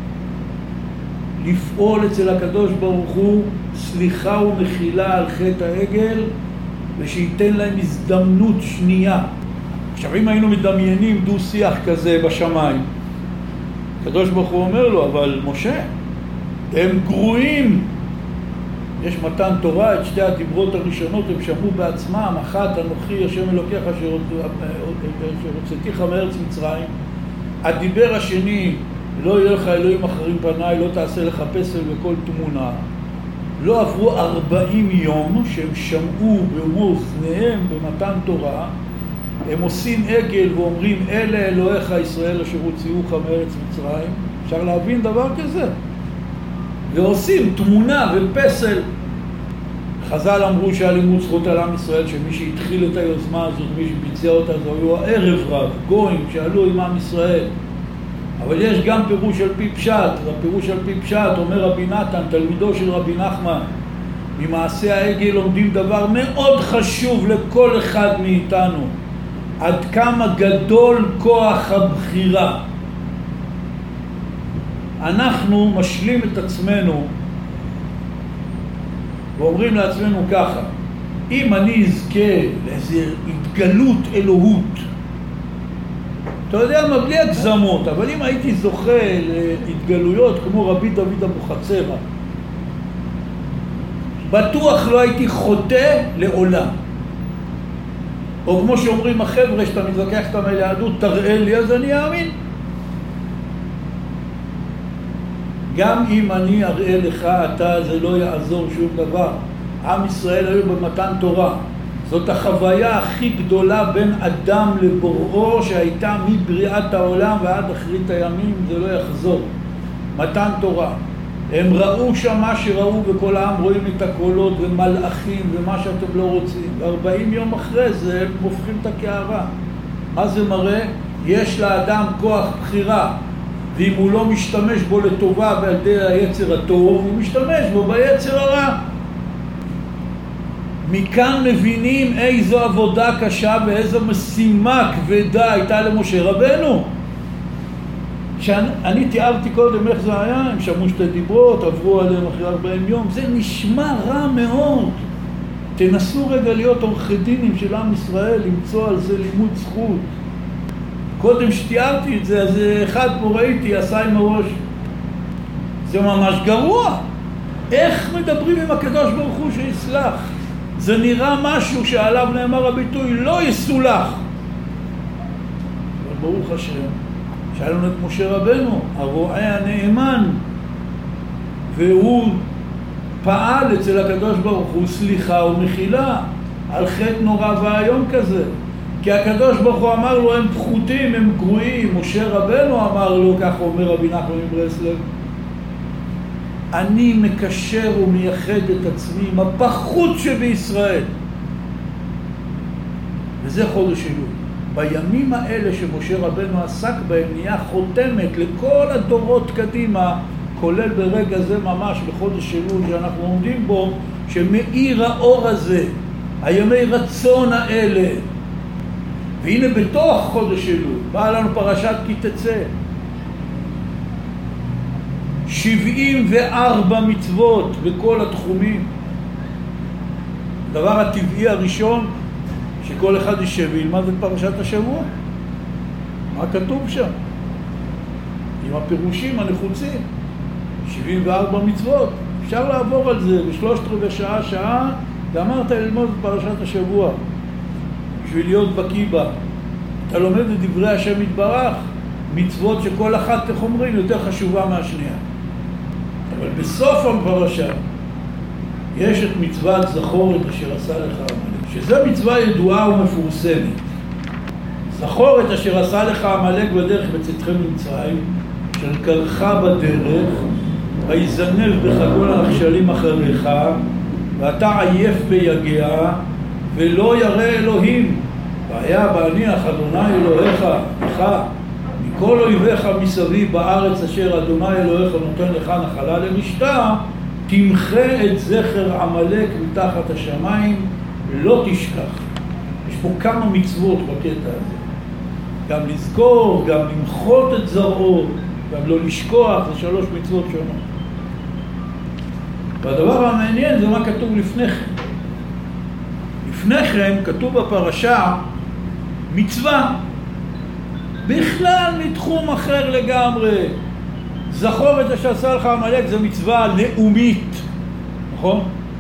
לפעול אצל הקדוש ברוך הוא סליחה ומחילה על חטא העגל, ושייתן להם הזדמנות שנייה. עכשיו אם היינו מדמיינים דו שיח כזה בשמיים, הקדוש ברוך הוא אומר לו, אבל משה, הם גרועים. יש מתן תורה, את שתי הדיברות הראשונות הם שמעו בעצמם, אחת, אנוכי השם אלוקיך שהוצאתיך מארץ מצרים. הדיבר השני, לא יהיה לך אלוהים אחרים פניי, לא תעשה לך פסל וכל תמונה. לא עברו ארבעים יום שהם שמעו במו אוזניהם במתן תורה, הם עושים עגל ואומרים אלה אלוהיך ישראל אשר הוציאוך מארץ מצרים. אפשר להבין דבר כזה? ועושים תמונה ופסל. חז"ל אמרו שהלימוד זכות על עם ישראל, שמי שהתחיל את היוזמה הזאת, מי שביצע אותה, זה היו הערב רב, גויים שעלו עם עם ישראל. אבל יש גם פירוש על פי פשט, והפירוש על פי פשט אומר רבי נתן, תלמידו של רבי נחמן, ממעשה העגל לומדים דבר מאוד חשוב לכל אחד מאיתנו, עד כמה גדול כוח הבחירה. אנחנו משלים את עצמנו ואומרים לעצמנו ככה, אם אני אזכה לאיזו התגלות אלוהות, אתה יודע מה, בלי הגזמות, אבל אם הייתי זוכה להתגלויות כמו רבי דוד אבוחצירא, בטוח לא הייתי חוטא לעולם. או כמו שאומרים החבר'ה, שאתה מתווכח את היהדות, תראה לי, אז אני אאמין. גם אם אני אראה לך, אתה, זה לא יעזור שום דבר. עם ישראל היו במתן תורה. זאת החוויה הכי גדולה בין אדם לבוראו, שהייתה מבריאת העולם ועד אחרית הימים, זה לא יחזור. מתן תורה. הם ראו שם מה שראו, וכל העם רואים את הקולות ומלאכים ומה שאתם לא רוצים. ארבעים יום אחרי זה הם הופכים את הקערה. מה זה מראה? יש לאדם כוח בחירה, ואם הוא לא משתמש בו לטובה ועל ידי היצר הטוב, הוא משתמש בו ביצר הרע. מכאן מבינים איזו עבודה קשה ואיזו משימה כבדה הייתה למשה רבנו. שאני תיארתי קודם איך זה היה, הם שמעו שתי דיברות, עברו עליהם אחרי ארבעים יום, זה נשמע רע מאוד. תנסו רגע להיות עורכי דינים של עם ישראל, למצוא על זה לימוד זכות. קודם שתיארתי את זה, אז אחד פה ראיתי, עשה עם הראש. זה ממש גרוע. איך מדברים עם הקדוש ברוך הוא שיסלח? זה נראה משהו שעליו נאמר הביטוי, לא יסולח. אבל ברוך השם, שהיה לנו את משה רבנו, הרועה הנאמן, והוא פעל אצל הקדוש ברוך הוא סליחה ומחילה על חטא נורא ואיום כזה. כי הקדוש ברוך הוא אמר לו, הם פחותים, הם גרועים. משה רבנו אמר לו, כך אומר רבי נחמן מברסלב, אני מקשר ומייחד את עצמי עם הפחות שבישראל. וזה חודש אלול. בימים האלה שמשה רבנו עסק בהם, נהיה חותמת לכל הדורות קדימה, כולל ברגע זה ממש בחודש אלול שאנחנו עומדים בו, שמאיר האור הזה, הימי רצון האלה. והנה בתוך חודש אלול באה לנו פרשת כי תצא, שבעים וארבע מצוות בכל התחומים. הדבר הטבעי הראשון שכל אחד יישב וילמד את פרשת השבוע, מה כתוב שם עם הפירושים הנחוצים. שבעים וארבע מצוות, אפשר לעבור על זה בשלושת רבעי שעה, שעה גמרת ללמוד את פרשת השבוע בשביל להיות בקיא בה. אתה לומד את דברי השם יתברך, מצוות שכל אחת, איך אומרים, יותר חשובה מהשנייה. אבל בסוף הפרשה יש את מצוות זכור את אשר עשה לך עמלק, שזו מצווה ידועה ומפורסמת. זכור את אשר עשה לך עמלק בדרך בצאתכם ממצרים, של קרך בדרך, ויזנב בך כל הנחשלים אחריך, ואתה עייף ביגע, ולא ירא אלוהים. והיה בהניח אדוני אלוהיך לך מכל אויביך מסביב בארץ אשר אדוני אלוהיך נותן לך נחלה למשתה, תמחה את זכר עמלק מתחת השמיים, לא תשכח. יש פה כמה מצוות בקטע הזה, גם לזכור, גם למחות את זרעו, גם לא לשכוח, זה שלוש מצוות שונות. והדבר המעניין זה מה כתוב לפני כן. לפני כן כתוב בפרשה מצווה בכלל מתחום אחר לגמרי. זכור את אשר עשה לך עמלק, זה מצווה לאומית, נכון?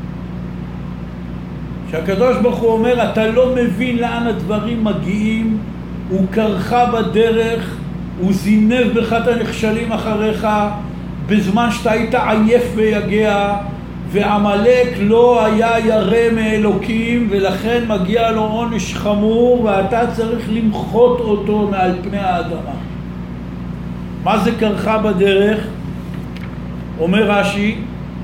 שהקדוש ברוך הוא אומר, אתה לא מבין לאן הדברים מגיעים, הוא קרך בדרך, הוא זינב בך את הנחשלים אחריך בזמן שאתה היית עייף ויגע, ועמלק לא היה ירא מאלוקים, ולכן מגיע לו עונש חמור, ואתה צריך למחות אותו מעל פני האדמה. מה זה קרך בדרך? אומר רש"י,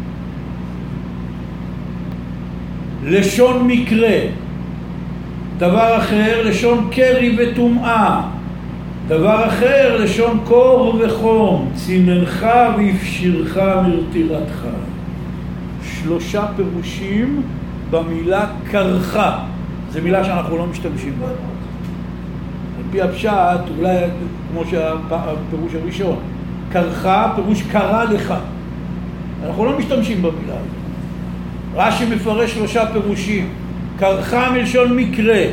לשון מקרה. דבר אחר, לשון קרי וטומאה. דבר אחר, לשון קור וחום. ציננך והפשירך מרטירתך. שלושה פירושים במילה קרך. זו מילה שאנחנו לא משתמשים בה. על פי הפשט, אולי כמו שהפירוש הראשון. קרך, פירוש קרה לך. אנחנו לא משתמשים במילה הזאת. רש"י מפרש שלושה פירושים. קרך מלשון מקרה.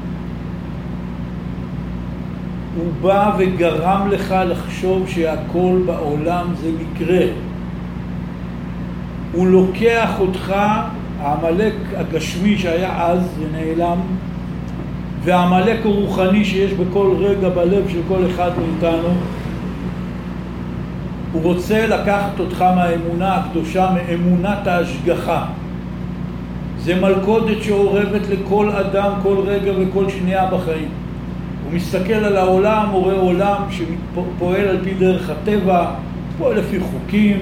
הוא בא וגרם לך לחשוב שהכל בעולם זה מקרה. הוא לוקח אותך, העמלק הגשמי שהיה אז ונעלם, והעמלק הרוחני שיש בכל רגע בלב של כל אחד מאיתנו, הוא רוצה לקחת אותך מהאמונה הקדושה, מאמונת ההשגחה. זה מלכודת שעורבת לכל אדם כל רגע וכל שנייה בחיים. הוא מסתכל על העולם, הוא רואה עולם שפועל על פי דרך הטבע, פועל לפי חוקים.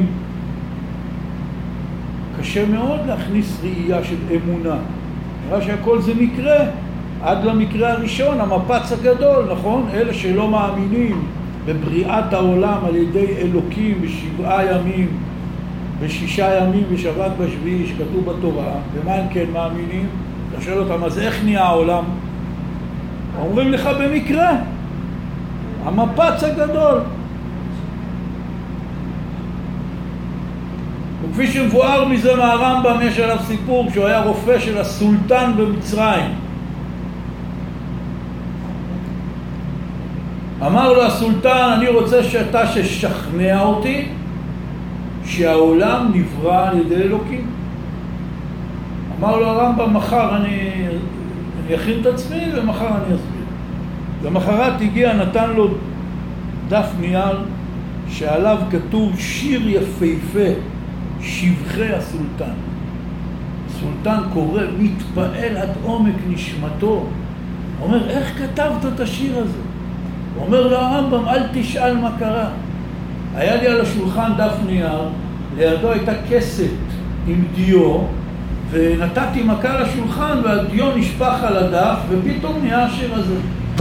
קשה מאוד להכניס ראייה של אמונה. נראה שהכל זה מקרה, עד למקרה הראשון, המפץ הגדול, נכון? אלה שלא מאמינים בבריאת העולם על ידי אלוקים בשבעה ימים, בשישה ימים בשבת בשביעי שכתוב בתורה, ומה הם כן מאמינים? אתה שואל אותם, אז איך נהיה העולם? אומרים לך במקרה, המפץ הגדול. וכפי שמבואר מזה מהרמב"ם, יש עליו סיפור כשהוא היה רופא של הסולטן במצרים. אמר לו הסולטן, אני רוצה שאתה ששכנע אותי שהעולם נברא על ידי אלוקים. אמר לו הרמב"ם, מחר אני, אני אכין את עצמי ומחר אני אסביר. למחרת הגיע, נתן לו דף נייר שעליו כתוב שיר יפהפה שבחי הסולטן. הסולטן קורא, מתפעל עד עומק נשמתו. אומר, איך כתבת את השיר הזה? הוא אומר לו, הרמב"ם, אל תשאל מה קרה. היה לי על השולחן דף נייר, לידו הייתה כסת עם דיו, ונתתי מכה לשולחן והדיו נשפך על הדף, ופתאום נהיה השיר הזה.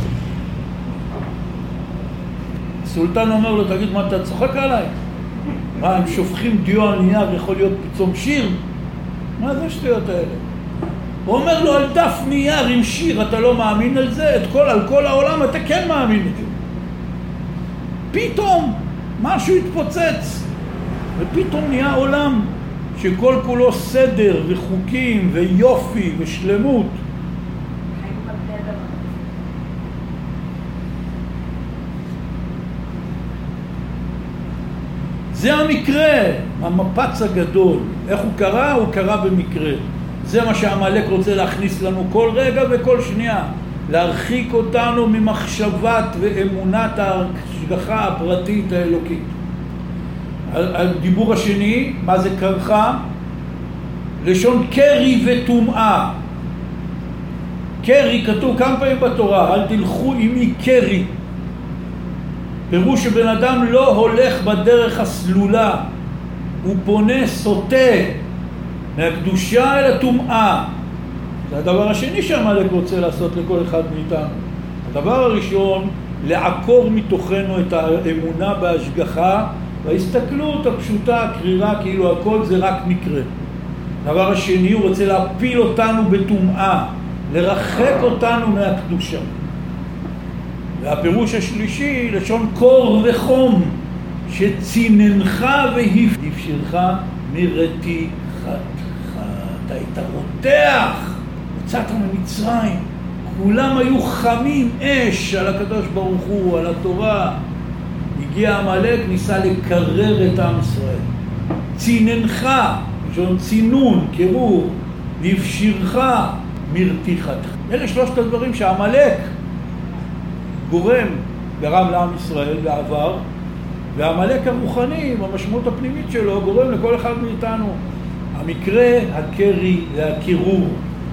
הסולטן אומר לו, תגיד, מה אתה צוחק עליי? מה, הם שופכים דיו על נייר, יכול להיות פתאום שיר? מה זה השטויות האלה? הוא אומר לו, על דף נייר עם שיר, אתה לא מאמין על זה? את כל, על כל העולם אתה כן מאמין את זה. פתאום משהו התפוצץ, ופתאום נהיה עולם שכל כולו סדר וחוקים ויופי ושלמות. זה המקרה, המפץ הגדול. איך הוא קרה? הוא קרה במקרה. זה מה שהמלאק רוצה להכניס לנו כל רגע וכל שנייה. להרחיק אותנו ממחשבת ואמונת ההשגחה הפרטית האלוקית. הדיבור השני, מה זה קרחה? לשון קרי וטומאה. קרי כתוב כמה פעמים בתורה, אל תלכו עמי קרי. פירוש שבן אדם לא הולך בדרך הסלולה, הוא פונה סוטה מהקדושה אל הטומאה. זה הדבר השני שהמלאק רוצה לעשות לכל אחד מאיתנו. הדבר הראשון, לעקור מתוכנו את האמונה בהשגחה וההסתכלות הפשוטה, הקרירה, כאילו הכל זה רק מקרה. הדבר השני, הוא רוצה להפיל אותנו בטומאה, לרחק אותנו מהקדושה. והפירוש השלישי, לשון קור וחום, שציננך והפשירך מרתיחתך. אתה היית רותח, יצאת ממצרים, כולם היו חמים אש על הקדוש ברוך הוא, על התורה. הגיע המלאק, ניסה לקרר את עם ישראל. ציננך, לשון צינון, קירור, והפשירך מרתיחתך. אלה שלושת הדברים שהמלאק גורם, גרם לעם ישראל בעבר, והמלאק הרוחני, במשמעות הפנימית שלו, גורם לכל אחד מאיתנו. המקרה הקרי והקירור.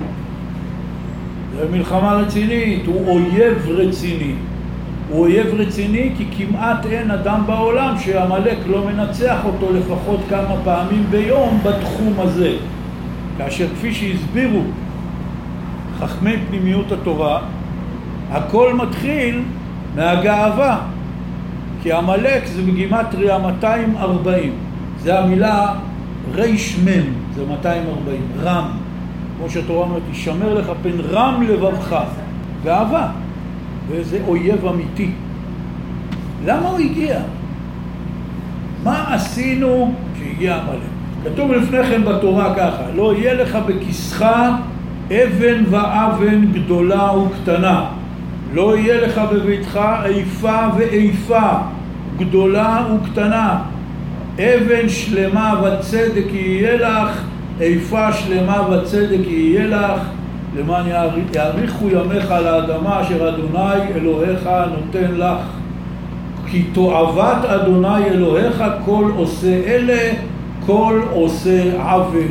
זה מלחמה רצינית, הוא אויב רציני. הוא אויב רציני כי כמעט אין אדם בעולם שהמלאק לא מנצח אותו לפחות כמה פעמים ביום בתחום הזה. כאשר כפי שהסבירו חכמי פנימיות התורה, הכל מתחיל מהגאווה. כי המלאק זה בגימטריה מאתיים וארבעים. זה המילה ריש מם, זה מאתיים וארבעים, רם. כמו שהתורה אומרת, ישמר לך פן רם לבבך. גאווה. וזה אויב אמיתי. למה הוא הגיע? מה עשינו כשהגיע המלאק? כתוב לפני כן בתורה ככה, לא יהיה לך בכיסך אבן ואבן גדולה וקטנה. לא יהיה לך בביתך איפה ואיפה, גדולה וקטנה. אבן שלמה וצדק יהיה לך, איפה שלמה וצדק יהיה לך, למען יאריכו ימיך על האדמה אשר אדוני אלוהיך נותן לך. כי תועבת אדוני אלוהיך כל עושה אלה, כל עושה עוול.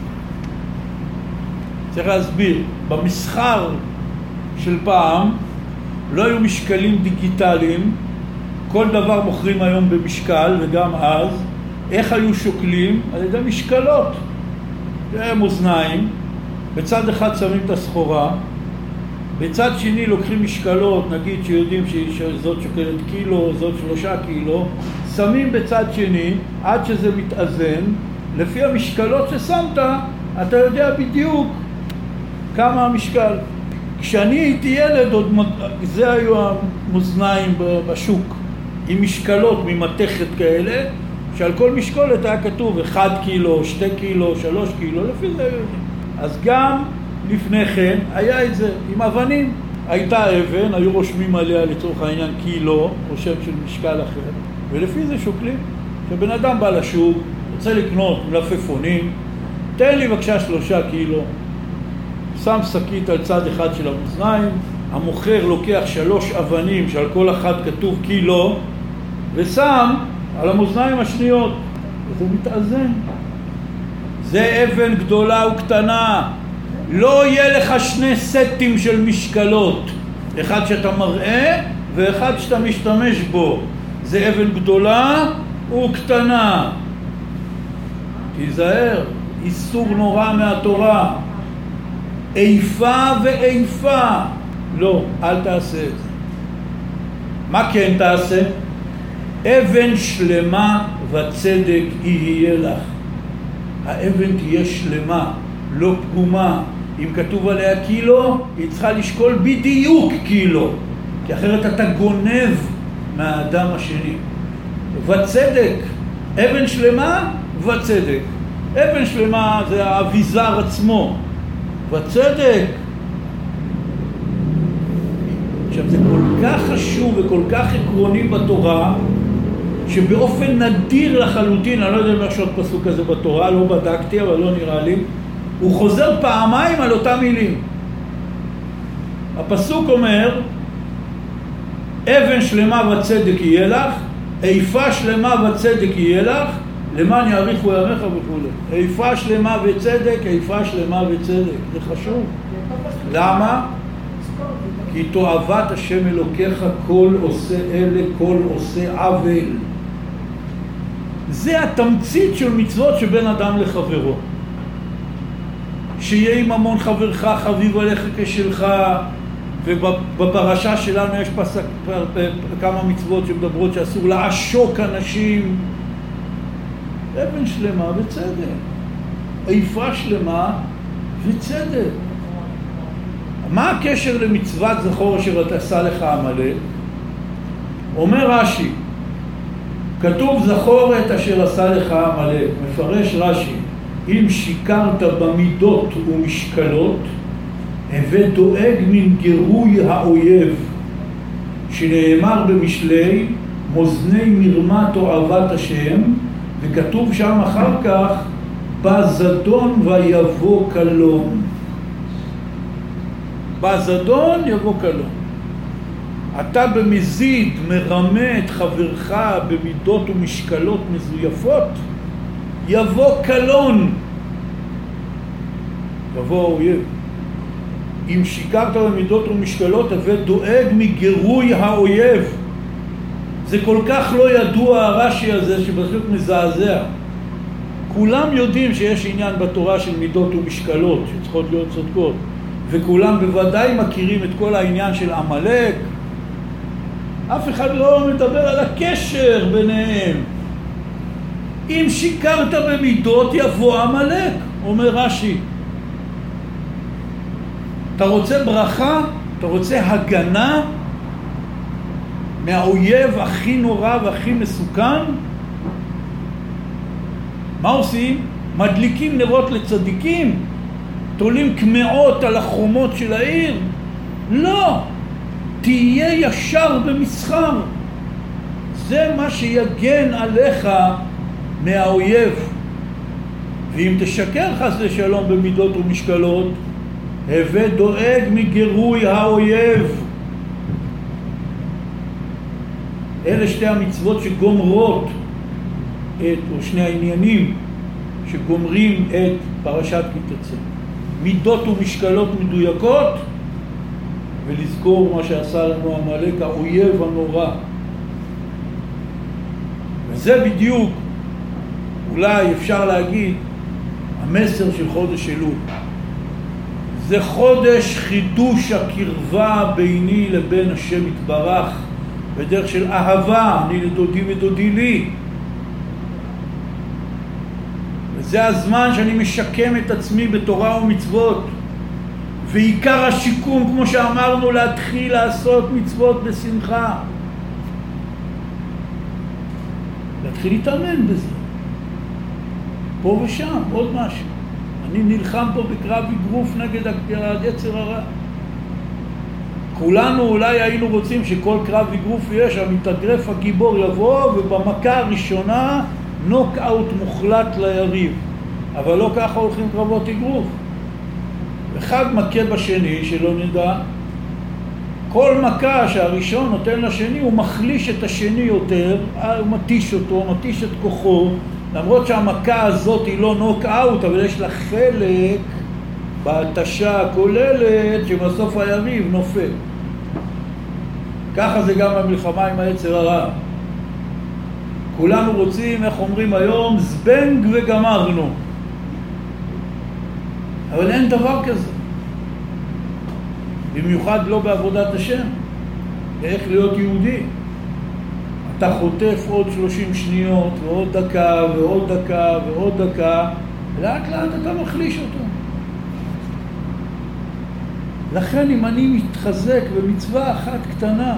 צריך להסביר, במסחר של פעם לא היו משקלים דיגיטליים, כל דבר מוכרים היום במשקל, וגם אז, איך היו שוקלים? על ידי משקלות. זה מאזניים, בצד אחד שמים את הסחורה, בצד שני לוקחים משקלות, נגיד שיודעים שזאת שוקלת קילו, זאת שלושה קילו, שמים בצד שני עד שזה מתאזן, לפי המשקלות ששמת, אתה יודע בדיוק כמה המשקל. כשאני הייתי ילד, עוד זה היו המאזניים בשוק, עם משקלות ממתכת כאלה, שעל כל משקולת היה כתוב אחד קילו, שתי קילו, שלוש קילו, לפי זה היו. אז גם לפני כן היה את זה עם אבנים. הייתה אבן, היו רושמים עליה לצורך העניין קילו, או שם של משקל אחר, ולפי זה שוקלים. כשבן אדם בא לשוק, רוצה לקנות מלפפונים, תן לי בבקשה שלושה קילו, שם שקית על צד אחד של המאזניים, המוכר לוקח שלוש אבנים שעל כל אחת כתוב קילו, ושם על המאזניים השניות, וזה מתאזן. זה אבן גדולה וקטנה. לא יהיה לך שני סטים של משקלות, אחד שאתה מראה ואחד שאתה משתמש בו. זה אבן גדולה וקטנה. תיזהר, איסור נורא מהתורה. איפה ואיפה. לא, אל תעשה את זה. מה כן תעשה? אבן שלמה וצדק יהיה לך. האבן תהיה שלמה, לא פגומה. אם כתוב עליה קילו, היא צריכה לשקול בדיוק קילו, כי אחרת אתה גונב מהאדם השני. וצדק, אבן שלמה וצדק. אבן שלמה זה האביזר עצמו. וצדק. עכשיו זה כל כך חשוב וכל כך עקרוני בתורה, שבאופן נדיר לחלוטין, אני לא יודע אם יש עוד פסוק כזה בתורה, לא בדקתי, אבל לא נראה לי, הוא חוזר פעמיים על אותם מילים. הפסוק אומר, אבן שלמה וצדק יהיה לך, איפה שלמה וצדק יהיה לך, למען יאריכו ימיך וכו'. איפה שלמה וצדק, איפה שלמה וצדק. זה חשוב. למה? כי תועבת השם אלוקיך כל עושה אלה, כל עושה עוול. זה התמצית של מצוות שבין אדם לחברו. שיהיה עם המון חברך, חביב עליך כשלך, ובפרשה שלנו יש פסק, כמה מצוות שמדברות שאסור לעשוק אנשים. אבן שלמה וצדק. איפה שלמה וצדק. מה הקשר למצוות זכור אשר עשה לך עמלק? אומר רש"י, כתוב זכור את אשר עשה לך עמלק. מפרש רש"י, אם שיקרת במידות ומשקלות, הווה דואג מן גירוי האויב, שנאמר במשלי, מאזני מרמה תועבת השם, וכתוב שם אחר כך, בזדון ויבוא קלון. בזדון יבוא קלון. אתה במזיד מרמה את חברך במידות ומשקלות מזויפות, יבוא קלון. יבוא האויב. אם שיקרת במידות ומשקלות, הווה דואג מגירוי האויב. זה כל כך לא ידוע הרש"י הזה שבסוף מזעזע. כולם יודעים שיש עניין בתורה של מידות ומשקלות שצריכות להיות צודקות, וכולם בוודאי מכירים את כל העניין של עמלק. אף אחד לא מדבר על הקשר ביניהם. אם שיקרת במידות יבוא עמלק, אומר רש"י. אתה רוצה ברכה? אתה רוצה הגנה מהאויב הכי נורא והכי מסוכן? מה עושים? מדליקים נרות לצדיקים? תולים כמאות על החומות של העיר? לא! תהיה ישר במסחר. זה מה שיגן עליך מהאויב. ואם תשקר חס לשלום במידות ומשקלות, הווה דואג מגירוי האויב. אלה שתי המצוות שגומרות את, או שני העניינים שגומרים את פרשת כי תצא. מידות ומשקלות מדויקות, ולזכור מה שעשה לנו עמלק, האויב הנורא. וזה בדיוק, אולי אפשר להגיד, המסר של חודש אלול. זה חודש חידוש הקרבה ביני לבין השם יתברך, בדרך של אהבה, אני לדודי ודודי לי. וזה הזמן שאני משקם את עצמי בתורה ומצוות. ועיקר השיקום, כמו שאמרנו, להתחיל לעשות מצוות בשמחה. להתחיל להתאמן בזה. פה ושם, עוד משהו. אני נלחם פה בקרב אגרוף נגד היצר הרע. כולנו אולי היינו רוצים שכל קרב אגרוף יהיה שהמתאגרף הגיבור יבוא ובמכה הראשונה נוקאוט מוחלט ליריב. אבל לא ככה הולכים קרבות אגרוף. אחד מכה בשני, שלא נדע. כל מכה שהראשון נותן לשני, הוא מחליש את השני יותר, הוא מתיש אותו, מתיש את כוחו, למרות שהמכה הזאת היא לא נוק אאוט, אבל יש לה חלק בהתשה הכוללת שבסוף היריב נופל. ככה זה גם במלחמה עם היצר הרע. כולנו רוצים, איך אומרים היום, זבנג וגמרנו. אבל אין דבר כזה. במיוחד לא בעבודת השם. איך להיות יהודי. אתה חוטף עוד שלושים שניות ועוד דקה ועוד דקה ועוד דקה, לאט לאט אתה מחליש אותו. לכן אם אני מתחזק במצווה אחת קטנה,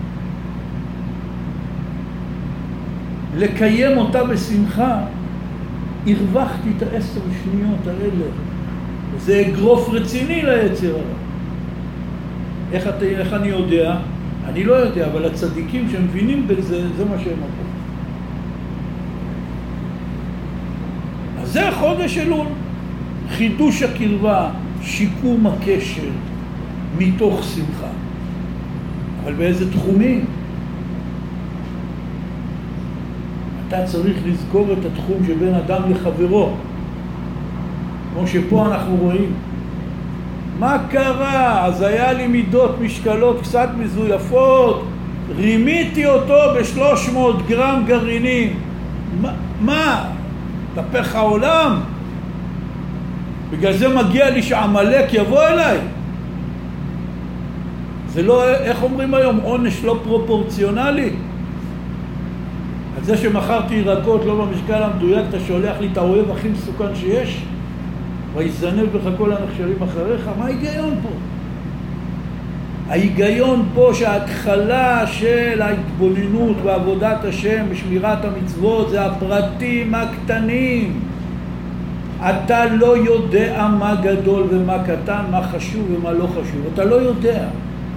לקיים אותה בשמחה, הרווחתי את העשר שניות האלה. זה אגרוף רציני ליצר הרע. איך, אתה, איך אני יודע? אני לא יודע, אבל הצדיקים שמבינים בזה, זה מה שהם אמרו. אז זה החודש אלול. חידוש הקרבה, שיקום הקשר, מתוך שמחה. אבל באיזה תחומים? אתה צריך לזכור את התחום שבין אדם לחברו. כמו שפה אנחנו רואים. מה קרה? אז היה לי מידות משקלות קצת מזויפות, רימיתי אותו ב-שלוש מאות גרם גרעינים. מה? מה? תפך העולם? בגלל זה מגיע לי שעמלק יבוא אליי. זה לא, איך אומרים היום, עונש לא פרופורציונלי. על זה שמכרתי ירקות לא במשקל המדויק, אתה שולח לי את האוהב הכי מסוכן שיש? ויזנב בך כל הנחשלים אחריך. מה ההיגיון פה? ההיגיון פה שההתחלה של ההתבוננות בעבודת השם בשמירת המצוות זה הפרטים הקטנים. אתה לא יודע מה גדול ומה קטן, מה חשוב ומה לא חשוב. אתה לא יודע.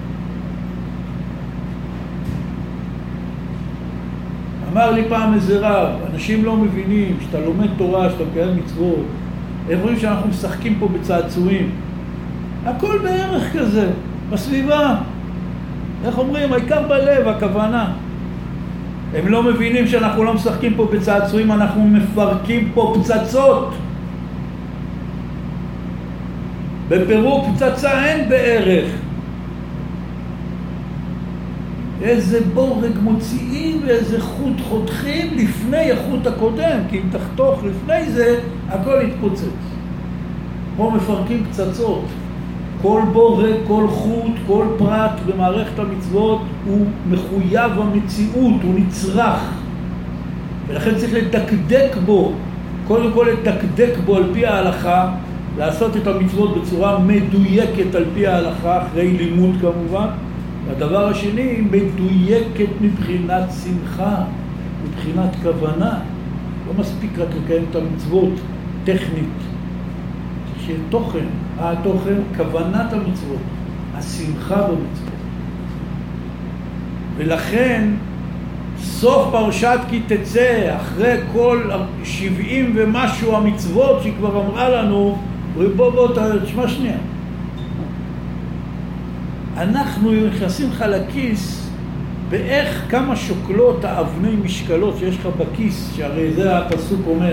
אמר לי פעם איזה רב, אנשים לא מבינים שאתה לומד תורה, שאתה מקיים מצוות, הם רואים שאנחנו משחקים פה בצעצועים. הכל בערך כזה, בסביבה. איך אומרים? העיקר בלב, הכוונה. הם לא מבינים שאנחנו לא משחקים פה בצעצועים, אנחנו מפרקים פה פצצות. בפירוק פצצה אין בערך. איזה בורג מוציאים ואיזה חוט חותכים לפני החוט הקודם, כי אם תחתוך לפני זה, הכל יתפוצץ. פה מפרקים פצצות. כל בורג, כל חוט, כל פרט במערכת המצוות הוא מחויב המציאות, הוא נצרך. ולכן צריך לדקדק בו, קודם כל לדקדק בו על פי ההלכה, לעשות את המצוות בצורה מדויקת על פי ההלכה, אחרי לימוד כמובן. והדבר השני, מדויקת מבחינת שמחה, מבחינת כוונה. לא מספיק רק לקיים את המצוות טכנית. שיהיה תוכן, התוכן, כוונת המצוות, השמחה במצוות. ולכן, סוף פרשת כי תצא, אחרי כל שבעים ומשהו המצוות שהיא כבר אמרה לנו, בוא בוא תשמע שנייה. אנחנו נכנסים לך לכיס באיך כמה שוקלות האבני משקלות שיש לך בכיס, שהרי זה הפסוק אומר.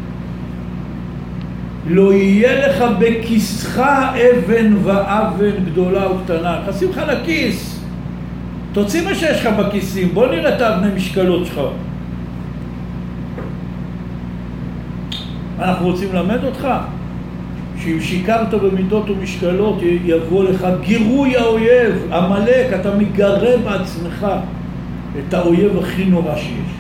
לא יהיה לך בכיסך אבן ואבן גדולה וקטנה. נכנסים לך לכיס. תוציא מה שיש לך בכיסים, בוא נראה את האבני משקלות שלך. אנחנו רוצים ללמד אותך? שאם שיקרת במידות ומשקלות יבוא לך גירוי האויב, המלאק, אתה מגרה בעצמך את האויב הכי נורא שיש.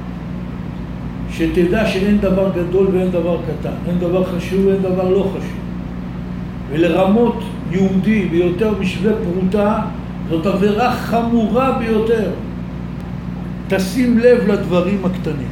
שתדע שאין דבר גדול ואין דבר קטן, אין דבר חשוב ואין דבר לא חשוב. ולרמות יהודי ביותר משווה פרוטה, זאת עבירה חמורה ביותר. תשים לב לדברים הקטנים.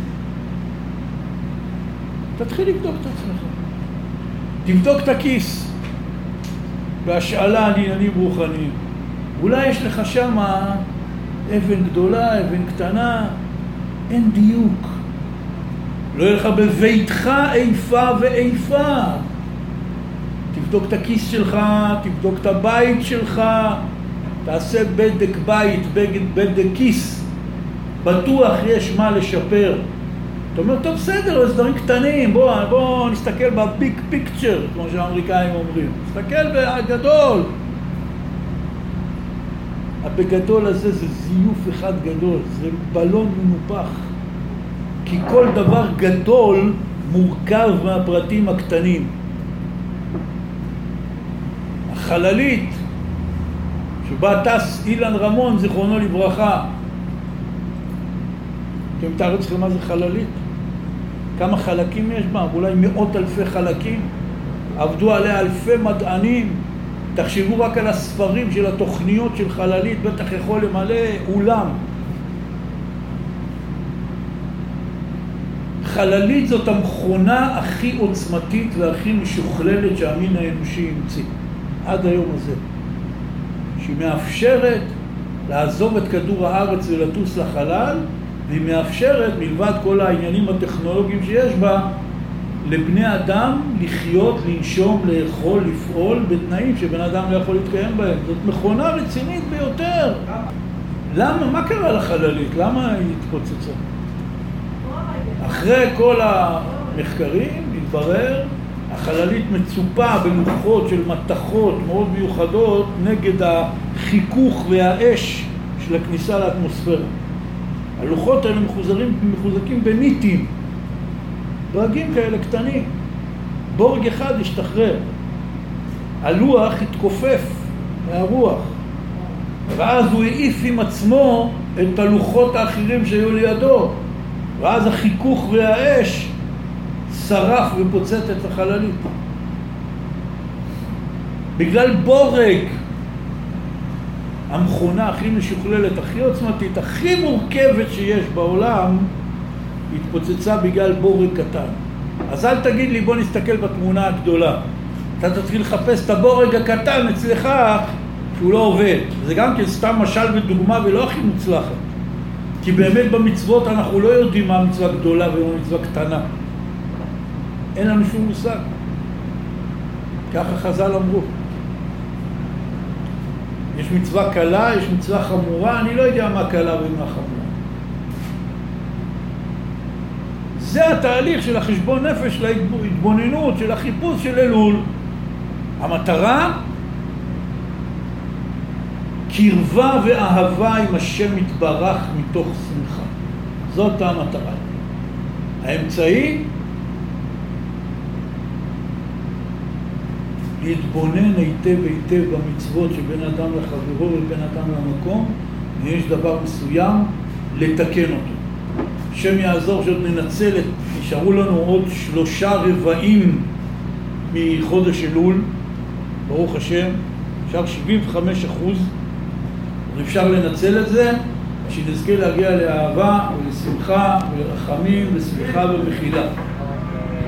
תתחיל לבדוק את עצמך. תבדוק את הכיס בהשאלה על עניינים רוחניים. אולי יש לך שם אבן גדולה, אבן קטנה, אין דיוק. לא יהיה לך בביתך איפה ואיפה. תבדוק את הכיס שלך, תבדוק את הבית שלך, תעשה בדק בית, בדק, בדק כיס. בטוח יש מה לשפר. אתה אומר, טוב, בסדר, זה דברים קטנים, בוא, בוא נסתכל בביג פיקצ'ר, כמו שהאמריקאים אומרים. נסתכל בגדול. הבגדול הזה זה זיוף אחד גדול, זה בלון מנופח. כי כל דבר גדול מורכב מהפרטים הקטנים. החללית, שבה טס אילן רמון, זיכרונו לברכה. אתם תארו לכם מה זה חללית? כמה חלקים יש בה? אולי מאות אלפי חלקים. עבדו עליה אלפי מדענים. תחשבו רק על הספרים של התוכניות של חללית, בטח יכול למלא אולם. חללית זאת המכונה הכי עוצמתית והכי משוכללת שהמין האנושי המציא. עד היום הזה. שהיא מאפשרת לעזוב את כדור הארץ ולטוס לחלל, והיא מאפשרת, מלבד כל העניינים הטכנולוגיים שיש בה, לבני אדם לחיות, לנשום, לאכול, לפעול בתנאים שבן אדם לא יכול להתקיים בהם. זאת מכונה רצינית ביותר. למה? מה קרה לחללית? למה היא התפוצצה? אחרי כל המחקרים התברר, החללית מצופה בלוחות של מתכות מאוד מיוחדות נגד החיכוך והאש של הכניסה לאטמוספירה. הלוחות האלה מחוזרים, מחוזקים בניטים, ברגים כאלה קטנים. בורג אחד השתחרר. הלוח התכופף מהרוח. ואז הוא העיף עם עצמו את הלוחות האחרים שהיו לידו. ואז החיכוך והאש שרף ופוצץ את החללית. בגלל בורג, המכונה הכי משוכללת, הכי עוצמתית, הכי מורכבת שיש בעולם, התפוצצה בגלל בורג קטן. אז אל תגיד לי, בוא נסתכל בתמונה הגדולה. אתה תתחיל לחפש את הבורג הקטן אצלך, שהוא לא עובד. זה גם כן סתם משל ודוגמה ולא הכי מוצלחת. כי באמת במצוות אנחנו לא יודעים מה מצווה גדולה ומה מצווה קטנה. אין לנו שום מושג. ככה חז"ל אמרו. יש מצווה קלה, יש מצווה חמורה, אני לא יודע מה קלה ומה חמורה. זה התהליך של החשבון נפש, של ההתבוננות, של החיפוש של אלול. המטרה, קרבה ואהבה עם השם יתברך מתוך שמחה. זאת המטרה. האמצעי, להתבונן היטב היטב במצוות שבין אדם לחברו ובין אדם למקום, ויש דבר מסוים לתקן אותו. השם יעזור שעוד ננצל את, נשארו לנו עוד שלושה רבעים מחודש אלול, ברוך השם, נשאר שבעים וחמישה אחוז, ואפשר לנצל את זה, שנזכה להגיע לאהבה ולשמחה ולרחמים וסליחה ומחילה.